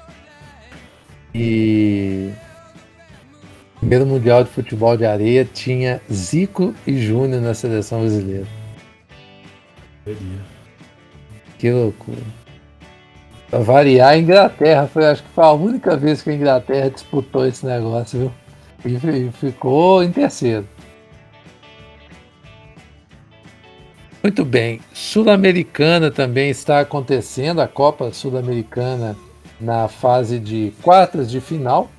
E o primeiro Mundial de Futebol de Areia tinha Zico e Júnior na seleção brasileira. Beleza. Que loucura. Pra variar, a Inglaterra foi, acho que foi a única vez que a Inglaterra disputou esse negócio, viu? E ficou em terceiro. Muito bem. Sul-Americana também está acontecendo, a Copa Sul-Americana na fase de quartas de final.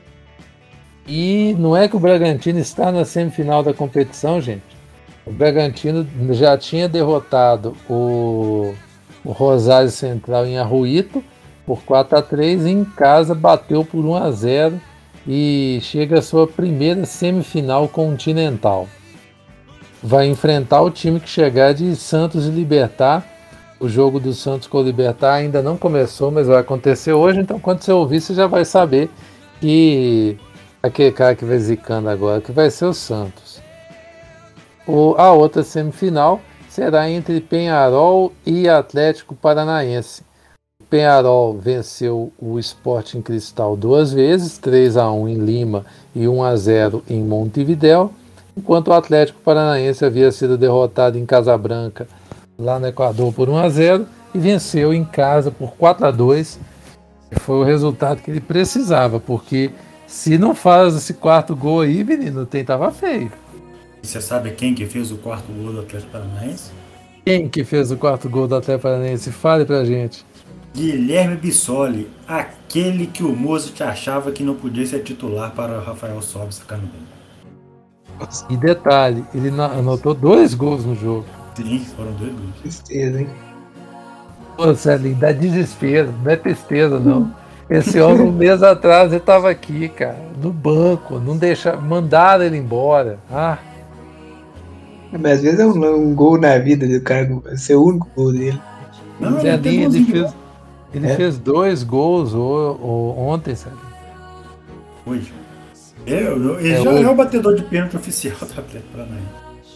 E não é que o Bragantino está na semifinal da competição, gente. O Bragantino já tinha derrotado o, o Rosário Central em Arruíto por quatro a três e em casa bateu por um a zero e chega à sua primeira semifinal continental. Vai enfrentar o time que chegar de Santos e Libertad. O jogo do Santos com o Libertad ainda não começou, mas vai acontecer hoje. Então, quando você ouvir, você já vai saber que aquele cara que vai zicando agora, que vai ser o Santos. O, a outra semifinal será entre Peñarol e Atlético Paranaense. O Peñarol venceu o Sporting Cristal duas vezes, três a um em Lima e um a zero em Montevidéu, enquanto o Atlético Paranaense havia sido derrotado em Casabranca, lá no Equador, por um a zero e venceu em casa por quatro a dois. Foi o resultado que ele precisava, porque se não faz esse quarto gol aí, menino, tem tava feio. E você sabe quem que fez o quarto gol do Atlético Paranaense? Quem que fez o quarto gol do Atlético Paranaense? Fale pra gente. Guilherme Bissoli, aquele que o Mozart achava que não podia ser titular para o Rafael Sobis ficar no banco. E detalhe, ele anotou dois gols no jogo. Sim, foram dois gols. Tristeza, hein? Pô, Celinho, dá desespero, não é tristeza não. Esse homem, um mês atrás, ele tava aqui, cara, no banco, não deixa, mandaram ele embora. Ah. Mas às vezes é um, um gol na vida do cara, ser o único gol dele. Não, ele ele, ele fez, ele é. fez dois gols o, o, ontem, sabe? Hoje. Eu, ele é já hoje. é o batedor de pênalti oficial do Atlético Paranaense.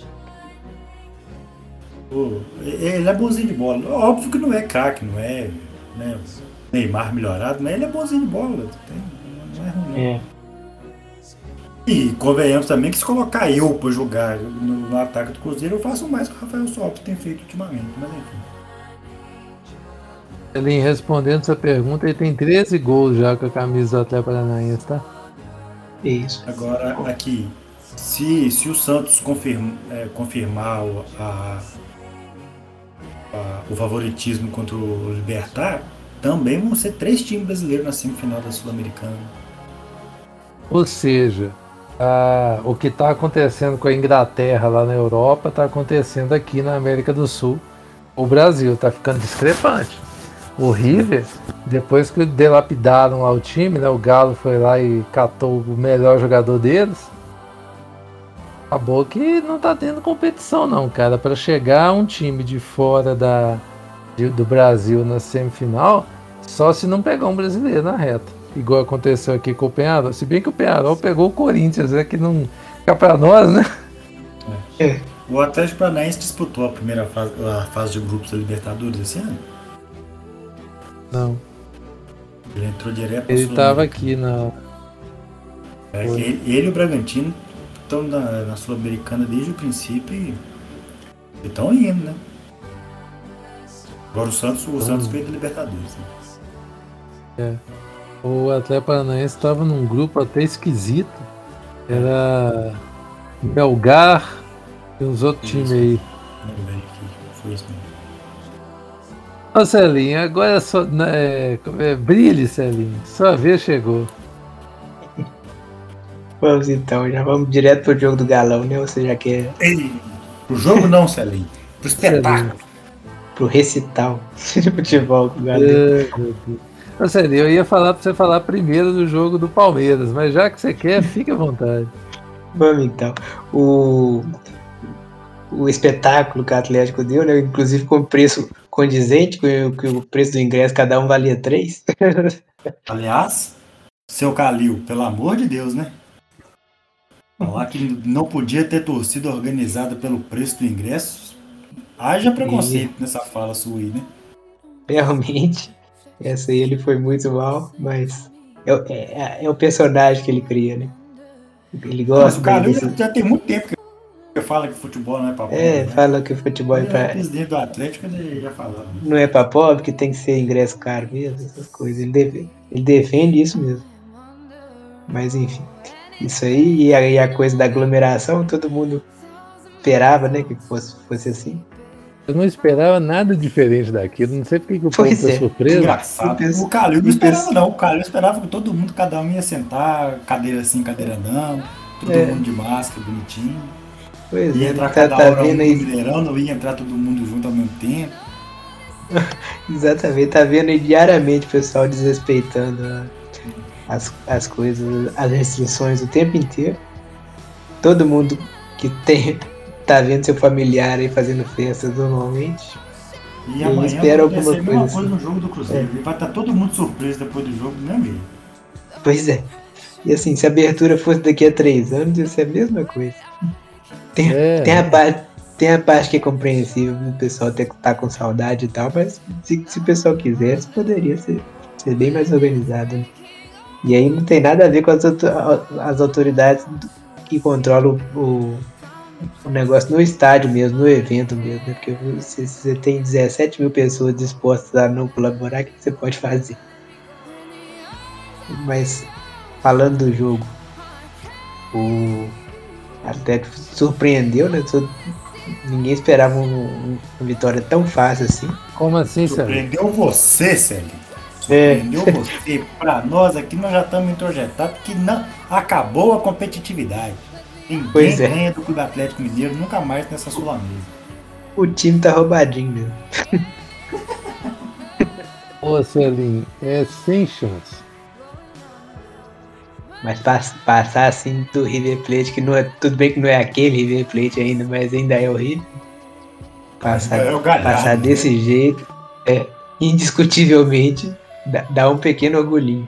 Ele é bonzinho de bola. Óbvio que não é craque, não é, né, Neymar melhorado, mas ele é bonzinho de bola. Não é ruim. É. E convenhamos também que se colocar eu para jogar no, no ataque do Cruzeiro, eu faço mais que o Rafael Sobis tem feito ultimamente, mas enfim. Ele respondendo essa pergunta, ele tem treze gols já com a camisa do Atlético Paranaense, tá? Isso. Agora, aqui, se, se o Santos confirma, é, confirmar a, a, o favoritismo contra o Libertad, também vão ser três times brasileiros na semifinal da Sul-Americana. Ou seja, a, o que está acontecendo com a Inglaterra lá na Europa está acontecendo aqui na América do Sul. O Brasil está ficando discrepante. O River, depois que delapidaram lá o time, né, o Galo foi lá e catou o melhor jogador deles. Acabou que não tá tendo competição não, cara. Para chegar um time de fora da, de, do Brasil na semifinal, só se não pegar um brasileiro na reta. Igual aconteceu aqui com o Peñarol. Se bem que o Peñarol pegou o Corinthians, é que não fica para nós, né? É. O Atlético Paranaense disputou a primeira fase, a fase de grupos da Libertadores esse ano? Não. Ele entrou direto para Ele estava aqui na... É, ele, ele e o Bragantino estão na, na Sul-Americana desde o princípio e estão indo, né? Agora o Santos, o Santos veio da Libertadores. Né? É. O Atlético Paranaense estava num grupo até esquisito. Era Melgar e uns outros times aí. Foi isso mesmo. Ô Celinho, agora é só. É, é, brilhe, Celinho. Sua vez chegou. Vamos então, já vamos direto pro jogo do Galão, né? Você já quer. Ei, pro jogo não, Celinho. Pro espetáculo. Pro recital de futebol do Galão. É, Ô Celinho, eu ia falar pra você falar primeiro do jogo do Palmeiras, mas já que você quer, fique à vontade. Vamos então. O. O espetáculo que o Atlético deu, né? Inclusive com preço condizente, que o preço do ingresso cada um valia três. Aliás, seu Calil, pelo amor de Deus, né? Falar que não podia ter torcida organizada pelo preço do ingresso. Haja preconceito e... nessa fala sua aí, né? Realmente, essa aí ele foi muito mal, mas é, é, é o personagem que ele cria, né? Ele gosta. Mas o Calil desse... já tem muito tempo que Você fala que futebol não é pra pobre, É, né? fala que futebol é Ele é pra, presidente do Atlético, ele já falava. não é pra pobre, que tem que ser ingresso caro mesmo, essas coisas. Ele, def- ele defende isso mesmo. Mas enfim, isso aí e a, e a coisa da aglomeração, todo mundo esperava, né, que fosse, fosse assim. Eu não esperava nada diferente daquilo. Não sei porque que o povo Pois tá é. surpreso. Engraçado. E o O Calil não e o esperava, pessoal- não. O Calil esperava que todo mundo, cada um ia sentar, cadeira assim, cadeira não. Todo É. mundo de máscara, bonitinho. Pois Ia é, entrar tá, cada tá hora um vendo no aí, Mineirão, não ia entrar todo mundo junto ao mesmo tempo. exatamente, tá vendo aí diariamente o pessoal desrespeitando a- as, as coisas, as restrições o tempo inteiro. Todo mundo que tem, tá vendo seu familiar aí fazendo festas normalmente. E E amanhã espera vai alguma acontecer a mesma coisa coisa assim. no jogo do Cruzeiro. E vai estar todo mundo surpreso depois do jogo, do mesmo jeito. Pois é. E assim, se a abertura fosse daqui a três anos, ia ser a mesma coisa. Tem, É. tem, a, parte, tem a parte que é compreensível, o pessoal ter que estar com saudade e tal, mas se, se o pessoal quisesse, poderia ser, ser bem mais organizado. Né? E aí não tem nada a ver com as, as autoridades que controlam o, o negócio no estádio mesmo, no evento mesmo, né? Porque se você tem dezessete mil pessoas dispostas a não colaborar, o que você pode fazer? Mas falando do jogo, o Atlético surpreendeu, né? Ninguém esperava um, uma vitória tão fácil assim. Como assim, Sérgio? Surpreendeu você, Célio. Surpreendeu é. você. Pra nós aqui, nós já estamos introjetados que não acabou a competitividade. Ninguém Pois é. ganha do Clube Atlético Mineiro nunca mais nessa Sul-Americana. O time tá roubadinho mesmo. Ô, Celinho, é sem chance. Mas pass, passar assim do River Plate, que não é, tudo bem que não é aquele River Plate ainda, mas ainda é horrível. Passar, é o Galhardo, passar desse né? jeito, é, indiscutivelmente, dá, dá um pequeno orgulhinho.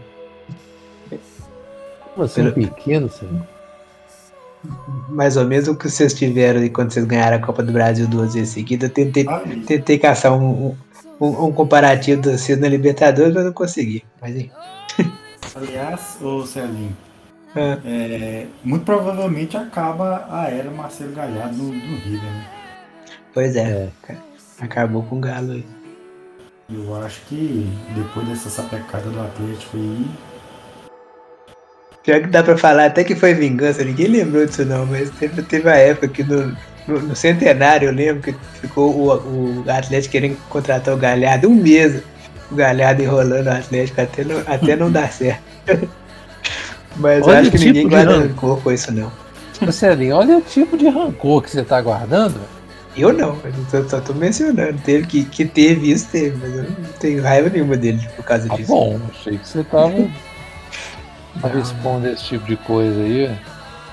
Como assim, Pelo... pequeno, Celinho? Mais ou menos o que vocês tiveram aí quando vocês ganharam a Copa do Brasil duas vezes seguidas. Eu tentei, tentei caçar um, um, um comparativo de vocês na Libertadores, mas não consegui. Mas, hein. Aliás, ô Celinho, ah. é, muito provavelmente acaba a era Marcelo Galhardo no, no River, né? Pois é, é, acabou com o Galo aí. Eu acho que depois dessa sapecada do Atlético aí. Pior que dá pra falar até que foi vingança, ninguém lembrou disso não, mas teve, teve a época que no, no, no centenário, eu lembro que ficou o, o Atlético querendo contratar o Galhardo um mês. O Galhardo enrolando o Atlético até não, até não dar certo. Mas olha eu acho que tipo ninguém guarda rancor com isso não. Marcelinho, olha o tipo de rancor que você tá guardando. Eu não, eu só tô mencionando. Teve que, que teve isso, teve, mas eu não tenho raiva nenhuma dele por causa ah, disso. Bom, achei que você tava a responder esse tipo de coisa aí. Véio.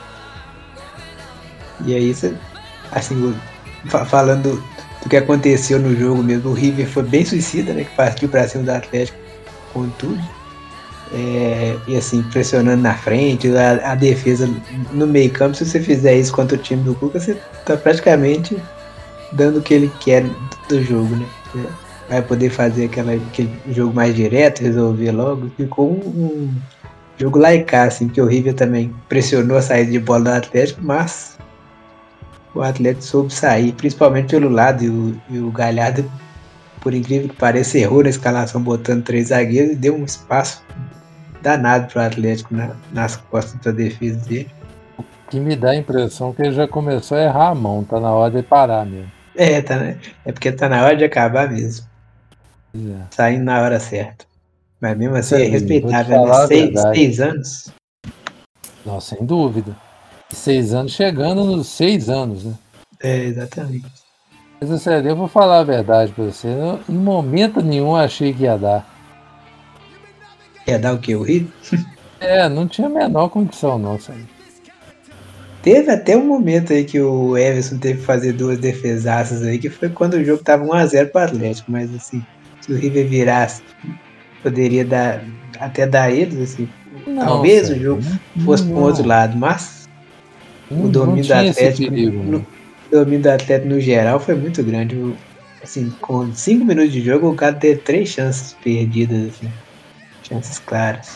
E aí, assim, falando do que aconteceu no jogo mesmo, o River foi bem suicida, né? Que partiu pra cima do Atlético com tudo. É, e assim, pressionando na frente, a, a defesa no meio campo, se você fizer isso contra o time do Cuca, você tá praticamente dando o que ele quer do jogo, né? Você vai poder fazer aquela, aquele jogo mais direto, resolver logo. Ficou um, um jogo laicar, assim, porque o River também pressionou a saída de bola do Atlético, mas o Atlético soube sair, principalmente pelo lado, e o, e o Galhardo, por incrível que pareça, errou na escalação botando três zagueiros e deu um espaço danado pro Atlético na, nas costas da defesa dele. O que me dá a impressão que ele já começou a errar a mão, tá na hora de parar mesmo. É, tá, né? É porque tá na hora de acabar mesmo. É. Saindo na hora certa. Mas mesmo assim Sim, é respeitável, né? Seis, seis anos? Não, sem dúvida. Seis anos chegando nos seis anos, né? É, exatamente. Mas sério, eu vou falar a verdade pra você. Eu, em momento nenhum achei que ia dar. Ia dar o quê? O Rio? É, não tinha a menor condição, não, sabe? Teve até um momento aí que o Everson teve que fazer duas defesaças aí, que foi quando o jogo tava um a zero pro Atlético. Mas assim, se o River virasse, poderia dar, até dar eles, assim. Não, talvez sério, o jogo não, fosse para um outro lado, mas não, o domínio do Atlético, perigo, no, o domínio do Atlético no geral foi muito grande. O, assim, com cinco minutos de jogo, o cara teve três chances perdidas, assim, chances claras.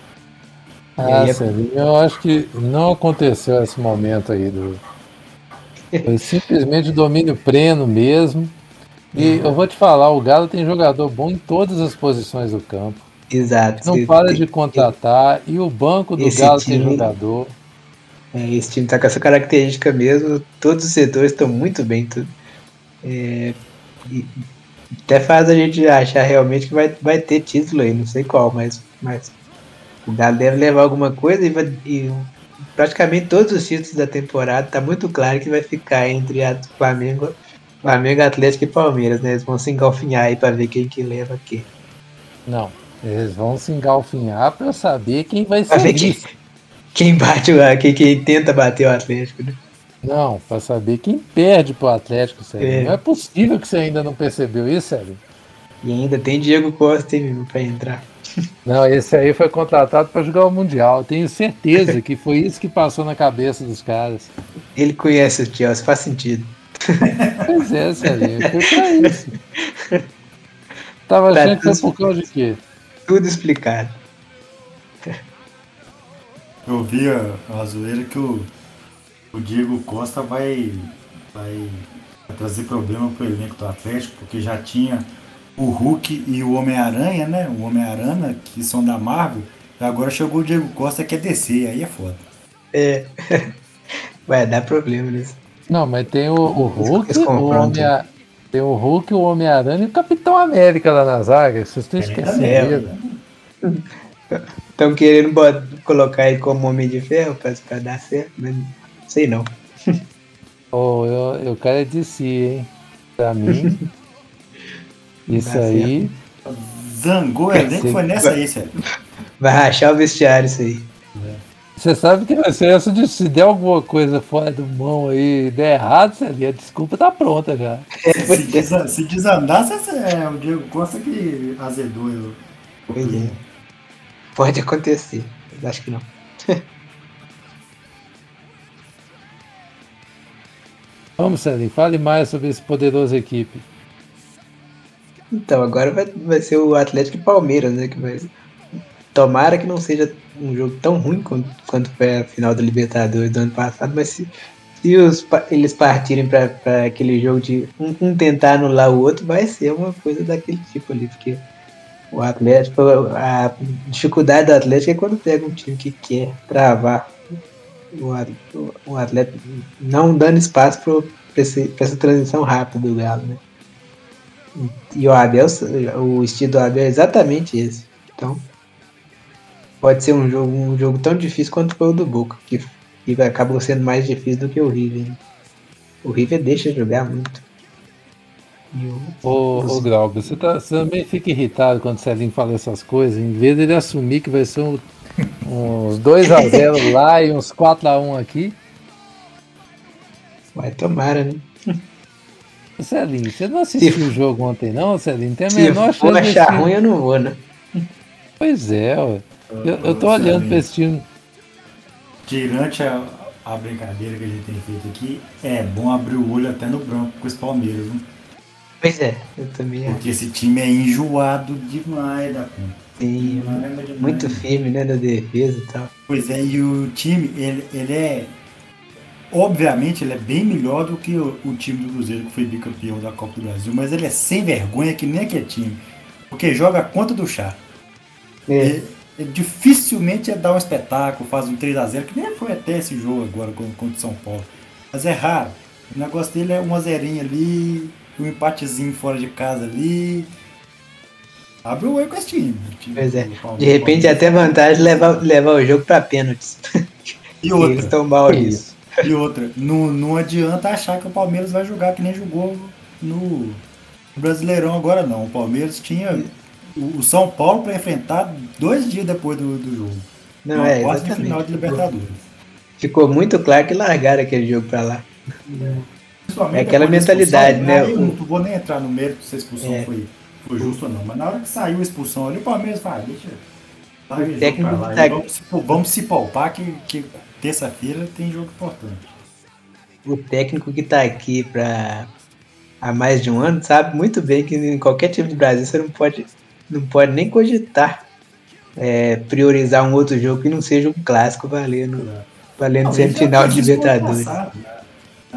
Ah, aí, sério, eu acho que não aconteceu esse momento aí do, Foi simplesmente domínio pleno mesmo. E eu vou te falar, o Galo tem jogador bom em todas as posições do campo. Exato. Não para de contratar. E o banco do Esse Galo time- tem jogador. É, esse time tá com essa característica mesmo. Todos os setores estão muito bem. Tudo. É, e até faz a gente achar realmente que vai, vai ter título aí, não sei qual, mas, mas o Galo deve levar alguma coisa e, vai, e praticamente todos os títulos da temporada tá muito claro que vai ficar entre a Flamengo, Flamengo, Atlético e Palmeiras, né? Eles vão se engalfinhar aí pra ver quem que leva aqui. Não, eles vão se engalfinhar pra eu saber quem vai Pra ser ver quem, vice. quem bate o quem, quem tenta bater o Atlético, né? Não, pra saber quem perde pro Atlético, Sérgio. É. Não é possível que você ainda não percebeu isso, Sérgio. E ainda tem Diego Costa hein, pra entrar. Não, esse aí foi contratado para jogar o Mundial. Eu tenho certeza que foi isso que passou na cabeça dos caras. Ele conhece o Chelsea, faz sentido. Pois é, Sérgio. Foi pra isso. Tava Pra achando que foi tudo- por causa de quê? Tudo explicado. Eu vi a, a zoeira que o, o Diego Costa vai, vai, vai trazer problema pro elenco do Atlético, porque já tinha o Hulk e o Homem-Aranha, né? O Homem-Aranha, que são da Marvel, e agora chegou o Diego Costa que é D C, aí é foda. É. Vai dar problema nisso. Não, mas tem o, o Hulk, Esse o confronto. Homem tem o Hulk, o Homem-Aranha e o Capitão América lá na zaga. Vocês estão É, esquecendo. Estão querendo bot- colocar ele como Homem de Ferro pra, pra dar certo, mas não sei não. Oh, eu, eu quero é de si, hein? Pra mim, isso Dá aí. Zangou o elenco, foi nessa aí, sério. Vai rachar o vestiário isso aí. Você sabe que vai ser essa de se der alguma coisa fora do mão aí e der errado, Sérgio, a desculpa tá pronta já. Se, desa- se desandar, cê- é o Diego Costa que azedou. Eu. Pois é. Pode acontecer, mas acho que não. Vamos, Sérgio, fale mais sobre esse poderoso equipe. Então, agora vai, vai ser o Atlético e Palmeiras, né? Que vai... Tomara que não seja um jogo tão ruim quanto, quanto foi a final da Libertadores do ano passado, mas se, se os, pa- eles partirem para aquele jogo de um, um tentar anular o outro, vai ser uma coisa daquele tipo ali, porque o Atlético, a dificuldade do Atlético é quando pega um time que quer travar o, at- o Atlético, não dando espaço para essa transição rápida do Galo, né? E o Abel, o estilo do Abel é exatamente esse. Então, pode ser um jogo, um jogo tão difícil quanto foi o do Boca, que, que acabou sendo mais difícil do que o River. Né? O River deixa jogar muito. E o- Ô, os- ô Glauber, você, tá, você também fica irritado quando o Celinho fala essas coisas, em vez dele assumir que vai ser um- uns dois a zero lá e uns quatro a um aqui. Vai tomara, né? Ô, Celinho, você não assistiu Se- o jogo ontem, não, Celinho? Tem a Se menor for chance achar desse ruim, time. eu não vou, né? Pois é, ué. Eu, eu tô Ô, olhando Celinho, pra esse time. Tirante a, a brincadeira que a gente tem feito aqui, é bom abrir o olho até no branco com os Palmeiras, né? Pois é, eu também acho. Porque esse time é enjoado demais da conta. Sim, Demais, demais. muito firme, né, na defesa e tal. Pois é, e o time, ele, ele é. Obviamente, ele é bem melhor do que o, o time do Cruzeiro, que foi bicampeão da Copa do Brasil, mas ele é sem vergonha que nem aquele time. Porque joga a conta do chá. É, Ele, ele dificilmente é dar um espetáculo, faz um três a zero, que nem foi até esse jogo agora com- contra o São Paulo. Mas é raro. O negócio dele é um a zerinho ali, um empatezinho fora de casa ali. Abre o olho com esse time. O time pois é. do Palmeiras. De repente, até vantagem levar, levar o jogo pra pênaltis. E Eles outra, estão mal nisso. e outra, não, não adianta achar que o Palmeiras vai jogar que nem jogou no Brasileirão agora não. O Palmeiras tinha o o São Paulo para enfrentar dois dias depois do, do jogo. Não, Uma é, quarta de final exatamente. de Libertadores. Ficou muito claro que largaram aquele jogo pra lá. Principalmente É aquela depois da mentalidade, expulsão, né? aí eu não vou nem entrar no mérito se a expulsão É. foi, foi justa ou não, mas na hora que saiu a expulsão ali, o Palmeiras fala, ah, deixa larga O o jogo técnico pra lá, tá- e vamos, se- vamos se poupar que, que terça-feira tem jogo importante. O técnico que tá aqui pra, há mais de um ano sabe muito bem que em qualquer time do Brasil você não pode, não pode nem cogitar é, priorizar um outro jogo que não seja um clássico valendo, valendo Não, ele já semifinal de fez isso ano Libertadores. passado, né? Ah,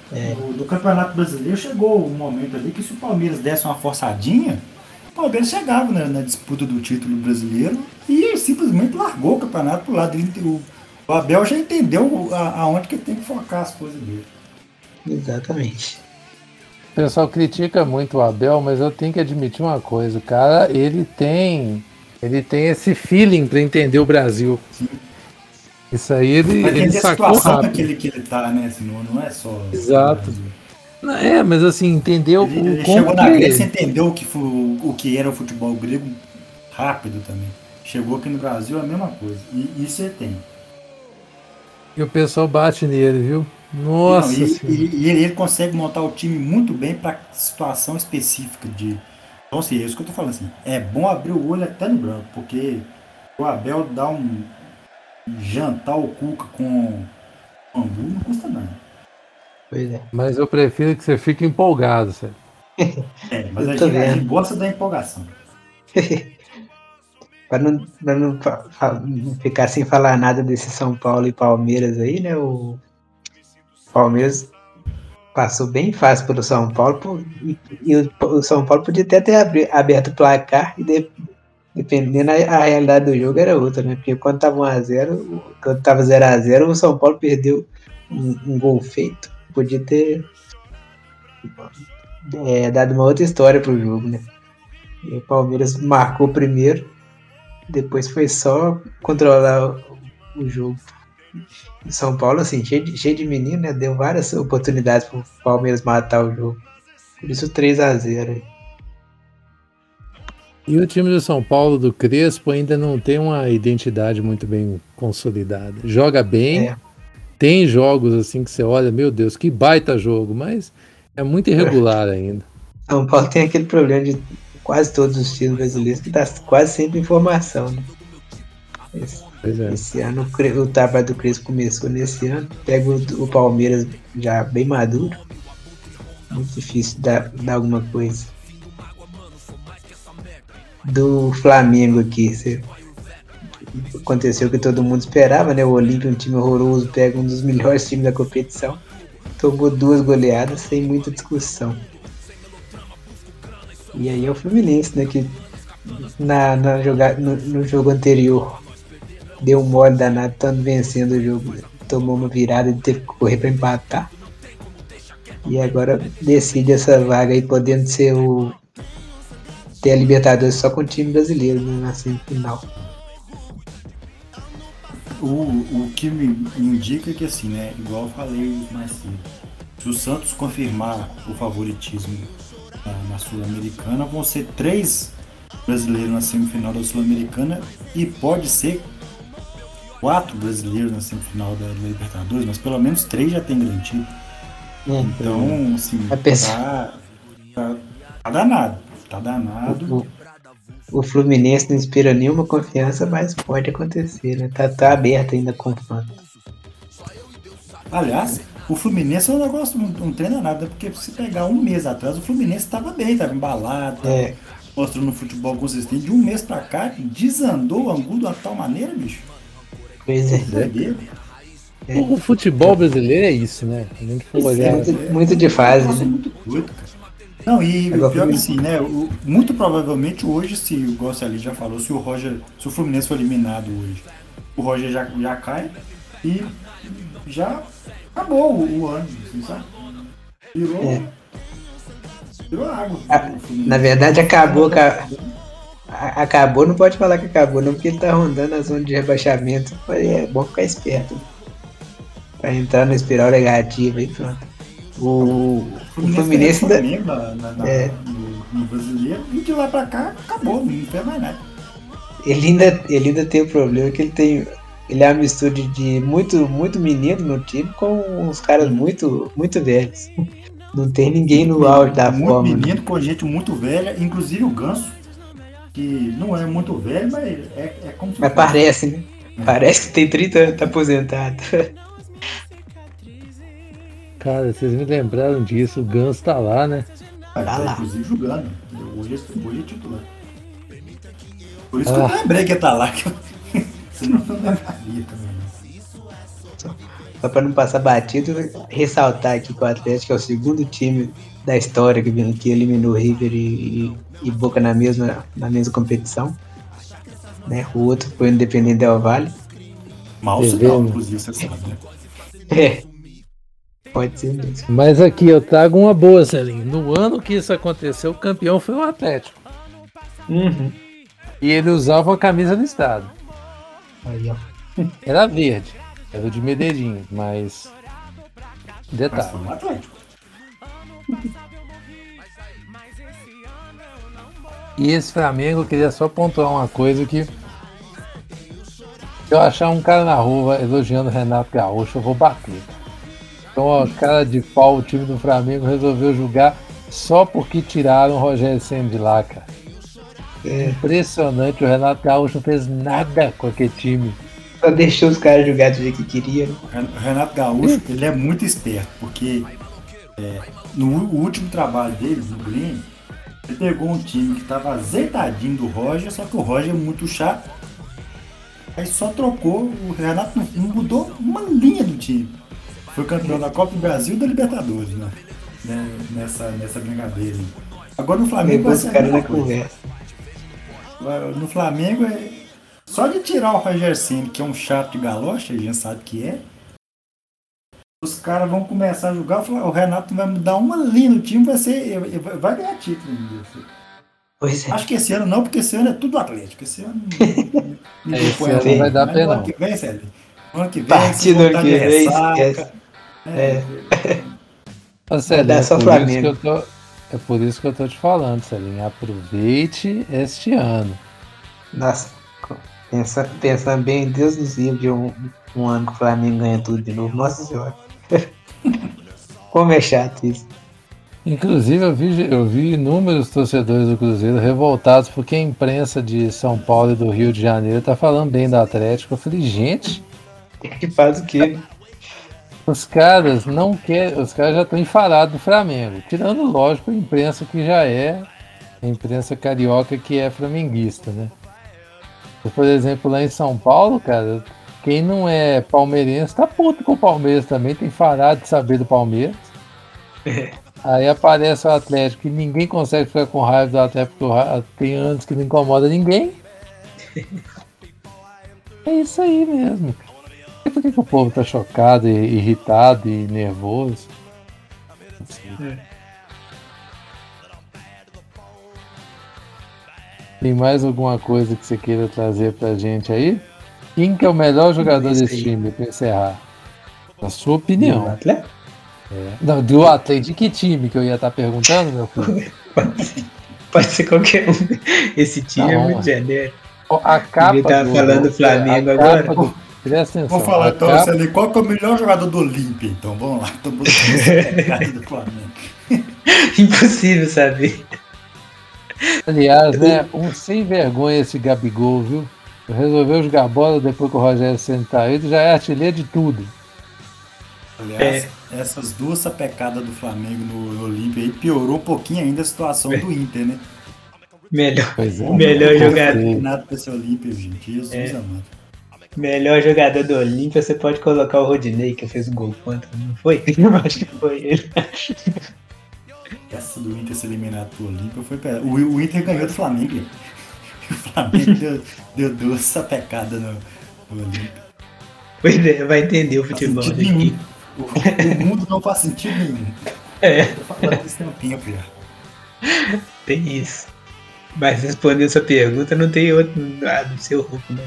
É. No, no Campeonato Brasileiro chegou um momento ali que se o Palmeiras desse uma forçadinha, o Palmeiras chegava na, na disputa do título brasileiro e simplesmente largou o campeonato pro lado dele. O, o Abel já entendeu a, aonde que tem que focar as coisas dele. Exatamente. O pessoal critica muito o Abel, mas eu tenho que admitir uma coisa, o cara, ele tem, ele tem esse feeling para entender o Brasil. Sim. Isso aí ele, Pra ele entender a sacou situação rápido. que ele, que ele tá, né? Assim, não, não é só. Exato. Não, é, mas assim, entendeu Ele, o ele como chegou na que- Grécia e entendeu o que, foi, o que era o futebol grego rápido também. Chegou aqui no Brasil a mesma coisa. E isso ele tem. E o pessoal bate nele, viu? Não, Nossa e, Senhora. e- e ele, ele consegue montar o time muito bem para situação específica de. Então, assim, é isso que eu tô falando assim. É bom abrir o olho até no branco, porque o Abel dá um jantar o Cuca com angu não custa nada. Pois é. Mas eu prefiro que você fique empolgado, sério. É, mas Eu a tô gente, a vendo. gente gosta da empolgação. Para não, pra não fa- fa- não ficar sem falar nada desse São Paulo e Palmeiras aí, né? O Palmeiras passou bem fácil pelo São Paulo pô, e, e o, o São Paulo podia até ter abri- aberto o placar e de- dependendo a, a realidade do jogo era outra, né? Porque quando tava um a zero, quando tava zero a zero, o São Paulo perdeu um, um gol feito. Podia ter é, dado uma outra história pro jogo, né? E o Palmeiras marcou primeiro, depois foi só controlar o, o jogo. O São Paulo, assim, cheio de, cheio de menino, né? Deu várias oportunidades pro Palmeiras matar o jogo. Por isso três a zero aí. E o time do São Paulo do Crespo ainda não tem uma identidade muito bem consolidada. Joga bem, É. tem jogos assim que você olha, meu Deus, que baita jogo, mas é muito irregular ainda. São Paulo tem aquele problema de quase todos os times brasileiros que tá quase sempre em formação, né? Esse, Pois é. esse ano o, Cre- o trabalho do Crespo começou nesse ano. Pega o, o Palmeiras já bem maduro. Muito difícil dar, dar alguma coisa. Do Flamengo aqui, você- aconteceu o que todo mundo esperava, né? O Olímpia, um time horroroso, pega um dos melhores times da competição. Tomou duas goleadas sem muita discussão. E aí é o Fluminense, né? Que na, na joga, no, no jogo anterior deu um mole danado, estando vencendo o jogo. Né? Tomou uma virada e teve que correr para empatar. E agora decide essa vaga aí, podendo ser o. Ter a Libertadores só com o time brasileiro, né? Na semifinal. O, o que me indica que, assim, né? Igual eu falei mais cedo. Se o Santos confirmar o favoritismo na, na Sul-Americana, vão ser três brasileiros na semifinal da Sul-Americana e pode ser quatro brasileiros na semifinal da Libertadores, mas pelo menos três já tem garantido. É. Então, assim, A pessoa- tá, tá, tá danado. Tá danado. O, o Fluminense não inspira nenhuma confiança, mas pode acontecer, né? Tá, tá aberto ainda com confronto. Aliás, o Fluminense é um negócio, não, não treina nada, porque se pegar um mês atrás, o Fluminense estava bem, estava embalado, tava É. mostrando um futebol consistente. De um mês pra cá, desandou o Angu de uma tal maneira, bicho. Pois é. Doideira. O, o futebol brasileiro é isso, né? A gente for É olhar. muito, muito de fase, Nossa, né? muito doido, cara. Não, e Agora, o pior que Fluminense- assim, né? O, muito provavelmente hoje, se o Gonçalves já falou, se o Roger, se o Fluminense for eliminado hoje, o Roger já, já cai e já acabou o, o ano, assim, sabe? Virou. É. Virou água. Ah, o Fluminense. na verdade, acabou, ca- a- acabou, não pode falar que acabou, não, porque ele tá rondando a zona de rebaixamento. É bom ficar esperto. Né? Pra entrar na espiral negativa e pronto. O, o Fluminense é ainda. Flamengo na, na, na, É. no, no brasileiro e de lá pra cá acabou, não fez mais nada. Ele ainda, ele ainda tem o problema que ele tem. Ele é uma mistura de, de muito, muito menino no time com uns caras muito, muito velhos. Não tem ninguém no auge da muito forma. menino Né? com gente muito velha, inclusive o Ganso, que não é muito velho, mas é, é como se Mas fosse. parece, né? Parece que tem trinta anos, tá aposentado. Cara, vocês me lembraram disso, o Ganso tá lá, né? Ah, Tá tá, lá. inclusive jogando. Hoje, é- hoje é titular. Por isso Ah. que eu lembrei que ia tá lá. Que eu... Senão eu não lembraria também. né? só para não passar batido, ressaltar aqui que o Atlético é o segundo time da história que, que eliminou River e, e, e Boca na mesma, na mesma competição. Né? O outro foi o Independente Del Valle. Mal sinal, inclusive, você sabe, né? É, pode ser mesmo. Mas aqui eu trago uma boa, Celinho. No ano que isso aconteceu, o campeão foi o Atlético. Uhum. E ele usava a camisa do estado. Aí, ó. Era verde. Era de Medellín, mas... Mas Detalhe. foi um Atlético. E esse Flamengo, eu queria só pontuar uma coisa que... Se eu achar um cara na rua elogiando o Renato Gaúcho, eu vou bater. Então, ó, cara de pau, o time do Flamengo resolveu jogar só porque tiraram o Rogério Ceni de lá, cara. É. Impressionante, o Renato Gaúcho não fez nada com aquele time. Só deixou os caras jogar do jeito que queria. O Renato Gaúcho, ele é muito esperto, porque é, no último trabalho dele, no Grêmio, ele pegou um time que estava azeitadinho do Roger, só que o Roger é muito chato. Aí só trocou, o Renato não, não mudou uma linha do time. Foi campeão da Copa do Brasil e da Libertadores, né? Nessa, nessa brincadeira. Agora no Flamengo vai ser a mesma coisa. No Flamengo é só de tirar o Rogério Ceni, que é um chato de galocha, a gente sabe que é. Os caras vão começar a jogar, o Renato vai mudar uma linha no time, vai ser, vai ganhar título. Pois é. Acho que esse ano não, porque esse ano é tudo Atlético. Esse ano não, é, esse ano não vai dar pena. Ano que vem, Célio. Ano que vem, partido ano que vem, esquece. É. Ô, Celinho, é, por isso que eu tô, é por isso que eu tô te falando, Celinho. Aproveite este ano. Nossa, pensa, pensando bem, Deus nos livre de um, um ano que o Flamengo ganha tudo de novo. Nossa Senhora. Como é chato isso. Inclusive, eu vi, eu vi inúmeros torcedores do Cruzeiro revoltados porque a imprensa de São Paulo e do Rio de Janeiro tá falando bem do Atlético. Eu falei, gente... Que faz o quê? Os caras não querem... Os caras já estão enfadados do Flamengo. Tirando, lógico, a imprensa que já é... A imprensa carioca que é flamenguista, né? Por exemplo, lá em São Paulo, cara... Quem não é palmeirense tá puto com o Palmeiras também. Tem enfadado de saber do Palmeiras. É. Aí aparece o Atlético e ninguém consegue ficar com raiva do Atlético, porque tem anos que não incomoda ninguém. É isso aí mesmo. E por que, que o povo tá chocado, e irritado e nervoso? É. Tem mais alguma coisa que você queira trazer pra gente aí? Quem que é o melhor jogador desse time, pra encerrar? Na sua opinião. Do Atlético? É. Não, do Atlético, de que time que eu ia estar perguntando, meu filho? Pode ser, pode ser qualquer um. Esse time Não, é muito genérico. A capa Ele tá do, falando do Flamengo agora. Do, presta atenção. Vamos falar então, capa... ali, qual que é o melhor jogador do Olímpia? Então vamos lá, tô botando do Flamengo. Impossível saber. Aliás, né, um sem vergonha esse Gabigol, viu? Resolveu jogar bola depois que o Rogério Ceni tá aí, já é artilheiro de tudo. Aliás, É. essas duas sapecadas do Flamengo no Olímpia aí piorou um pouquinho ainda a situação É. do Inter, né? Melhor, Pois é. melhor Eu jogador. gostei. Nada pra esse Olímpia, gente. Jesus É. amado. Melhor jogador do Olímpia, você pode colocar o Rodinei, que fez o gol contra, não foi? Eu acho que foi ele. Essa do Inter ser eliminado pro Olímpia foi péssimo. O, o Inter ganhou do Flamengo. O Flamengo deu, deu duas sapecadas no, no Olímpia. Pois é, vai entender o Não faz futebol sentido daqui. nenhum. O, o mundo não faz sentido nenhum. É, Eu tô falando isso tem um tempo já. tem isso. Mas respondendo essa pergunta, não tem outro ah, no seu roubo, né?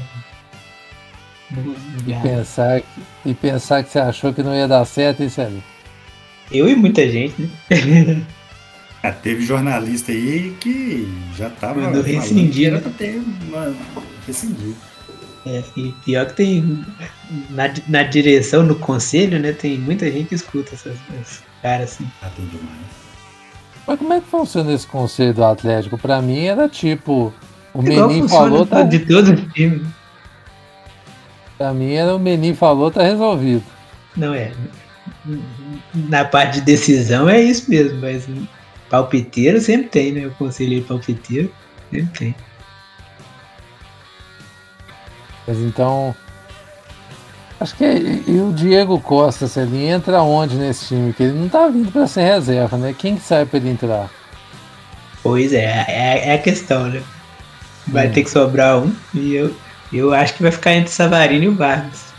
E pensar, que, e pensar que você achou que não ia dar certo, hein, Célio? Eu e muita gente, né? Ah, teve jornalista aí que já tava Mandou falando rescindir, que era né? pra ter uma... rescindir. É, e pior que tem na, na direção, no conselho, né? Tem muita gente que escuta essas, esses caras assim. Ah, tem demais. Mas como é que funciona esse conselho do Atlético? Pra mim era tipo, o Igual Menin funciona falou, tá, de todos os times. pra mim era o Menin falou, tá resolvido. Não é. Na parte de decisão é isso mesmo, mas palpiteiro sempre tem, né? O conselheiro palpiteiro sempre tem. Mas então, Acho que é, e o Diego Costa, se ele entra onde nesse time? Que ele não tá vindo pra ser reserva, né? Quem que sai pra ele entrar? Pois é, é, é a questão, né? Vai Hum. ter que sobrar um e eu, eu acho que vai ficar entre Savarino e o Vargas.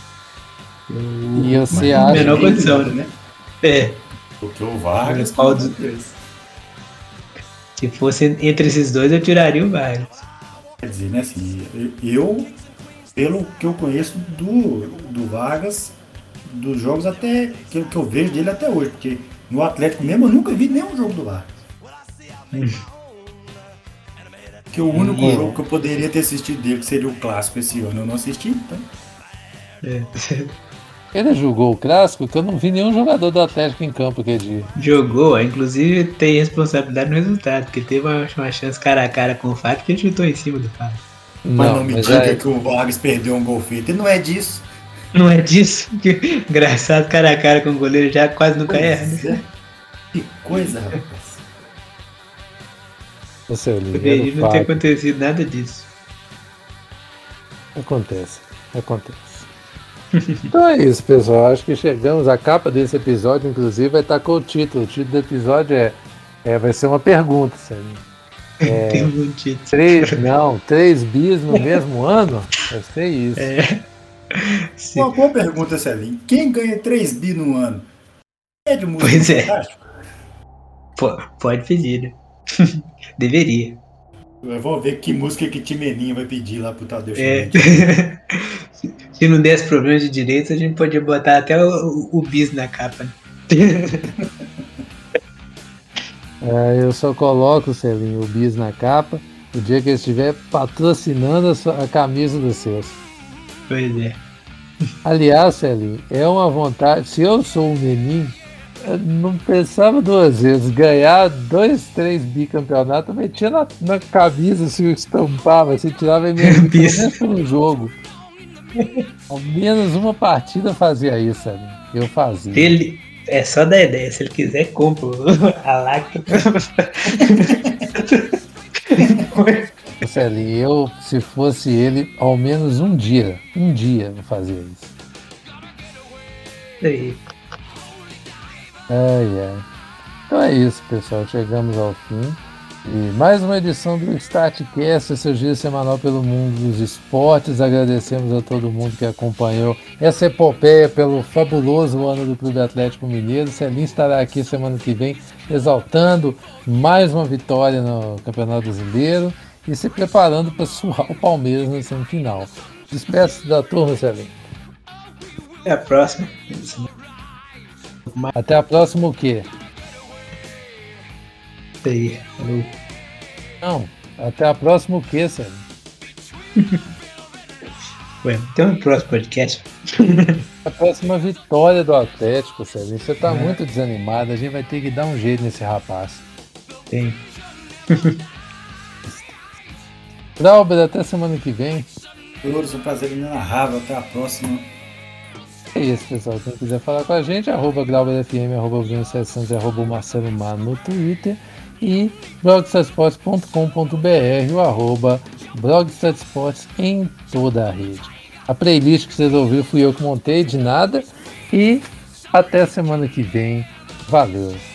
E você Mas, acha menor que- condição, né? É, Porque o Vargas. Qual dos dois? Se fosse entre esses dois, eu tiraria o Vargas. Quer dizer, né, assim, eu, pelo que eu conheço do, do Vargas, dos jogos até que, eu- que eu vejo dele até hoje, porque no Atlético mesmo eu nunca vi nenhum jogo do Vargas. Que o único Hum. jogo que eu poderia ter assistido dele, que seria o clássico esse ano, eu não assisti, então. É. Ele jogou o clássico, que eu não vi nenhum jogador do Atlético em campo aquele dia. Jogou, inclusive tem responsabilidade no resultado, porque teve uma, uma chance cara a cara com o Fábio que ele chutou em cima do Fábio. Mas não, me mas diga é- que o Vargas perdeu um gol feito, e não é disso. Não é disso? Que engraçado, cara a cara com o goleiro já quase nunca erra. Pois Né? é. Que coisa, rapaz. Você ali, Deveria era o não ter Fábio. acontecido nada disso. Acontece, acontece. Então é isso, pessoal. Acho que chegamos. A capa desse episódio, inclusive, vai estar com o título. O título do episódio é, é vai ser uma pergunta, sabe? Tem um título. Três, não, três bis no mesmo ano? Vai ser isso. É. Sim. Uma boa pergunta, Celinho. Quem ganha três bi no ano? É de música Pois é. fantástica? Pô, pode pedir, né? Deveria. Eu vou ver que música que Timeninho vai pedir lá pro Tadeu É. Schmidt. Se não desse problemas de direitos, a gente podia botar até o, o, o bis na capa. Né? É, eu só coloco, Celinho, o bis na capa o dia que ele estiver patrocinando a, sua- a camisa do Celso. Pois é. Aliás, Celinho, é uma vontade. Se eu sou um menino, eu não pensava duas vezes. Ganhar dois, três bicampeonatos, eu metia na, na camisa, se eu estampava, se tirava a minha Bis. por um jogo. Ao menos uma partida fazia isso, Celinho. Eu fazia. Se ele, é só da ideia. Se ele quiser, compra a lacta. Celinho, eu, se fosse ele, ao menos um dia, um dia eu fazia isso. Aí. Ai, ai. Então é isso, pessoal. Chegamos ao fim. E mais uma edição do StartCast, seu giro semanal pelo mundo dos esportes. Agradecemos a todo mundo que acompanhou essa epopeia pelo fabuloso ano do Clube Atlético Mineiro. Celinho estará aqui semana que vem exaltando mais uma vitória no Campeonato Brasileiro e se preparando para surrar o Palmeiras na semifinal. Despeça da turma, Celinho. Até a próxima. Até a próxima o quê? Isso aí. Falou. Não, até a próxima o quê, Celinho? Ué, tem um próximo podcast. A próxima vitória do Atlético, Celinho. Você tá É. muito desanimado, a gente vai ter que dar um jeito nesse rapaz. Tem. Glauber, até semana que vem. Todos, um prazer inenarrável. Até a próxima. É isso, pessoal. Quem quiser falar com a gente, arroba GlauberFM, arroba Bruno Sessantes, arroba Marcelo Mar no Twitter e blogstatsports ponto com ponto br, o arroba blogstatsports em toda a rede. A playlist que vocês ouviram fui eu que montei, de nada. E até semana que vem. Valeu!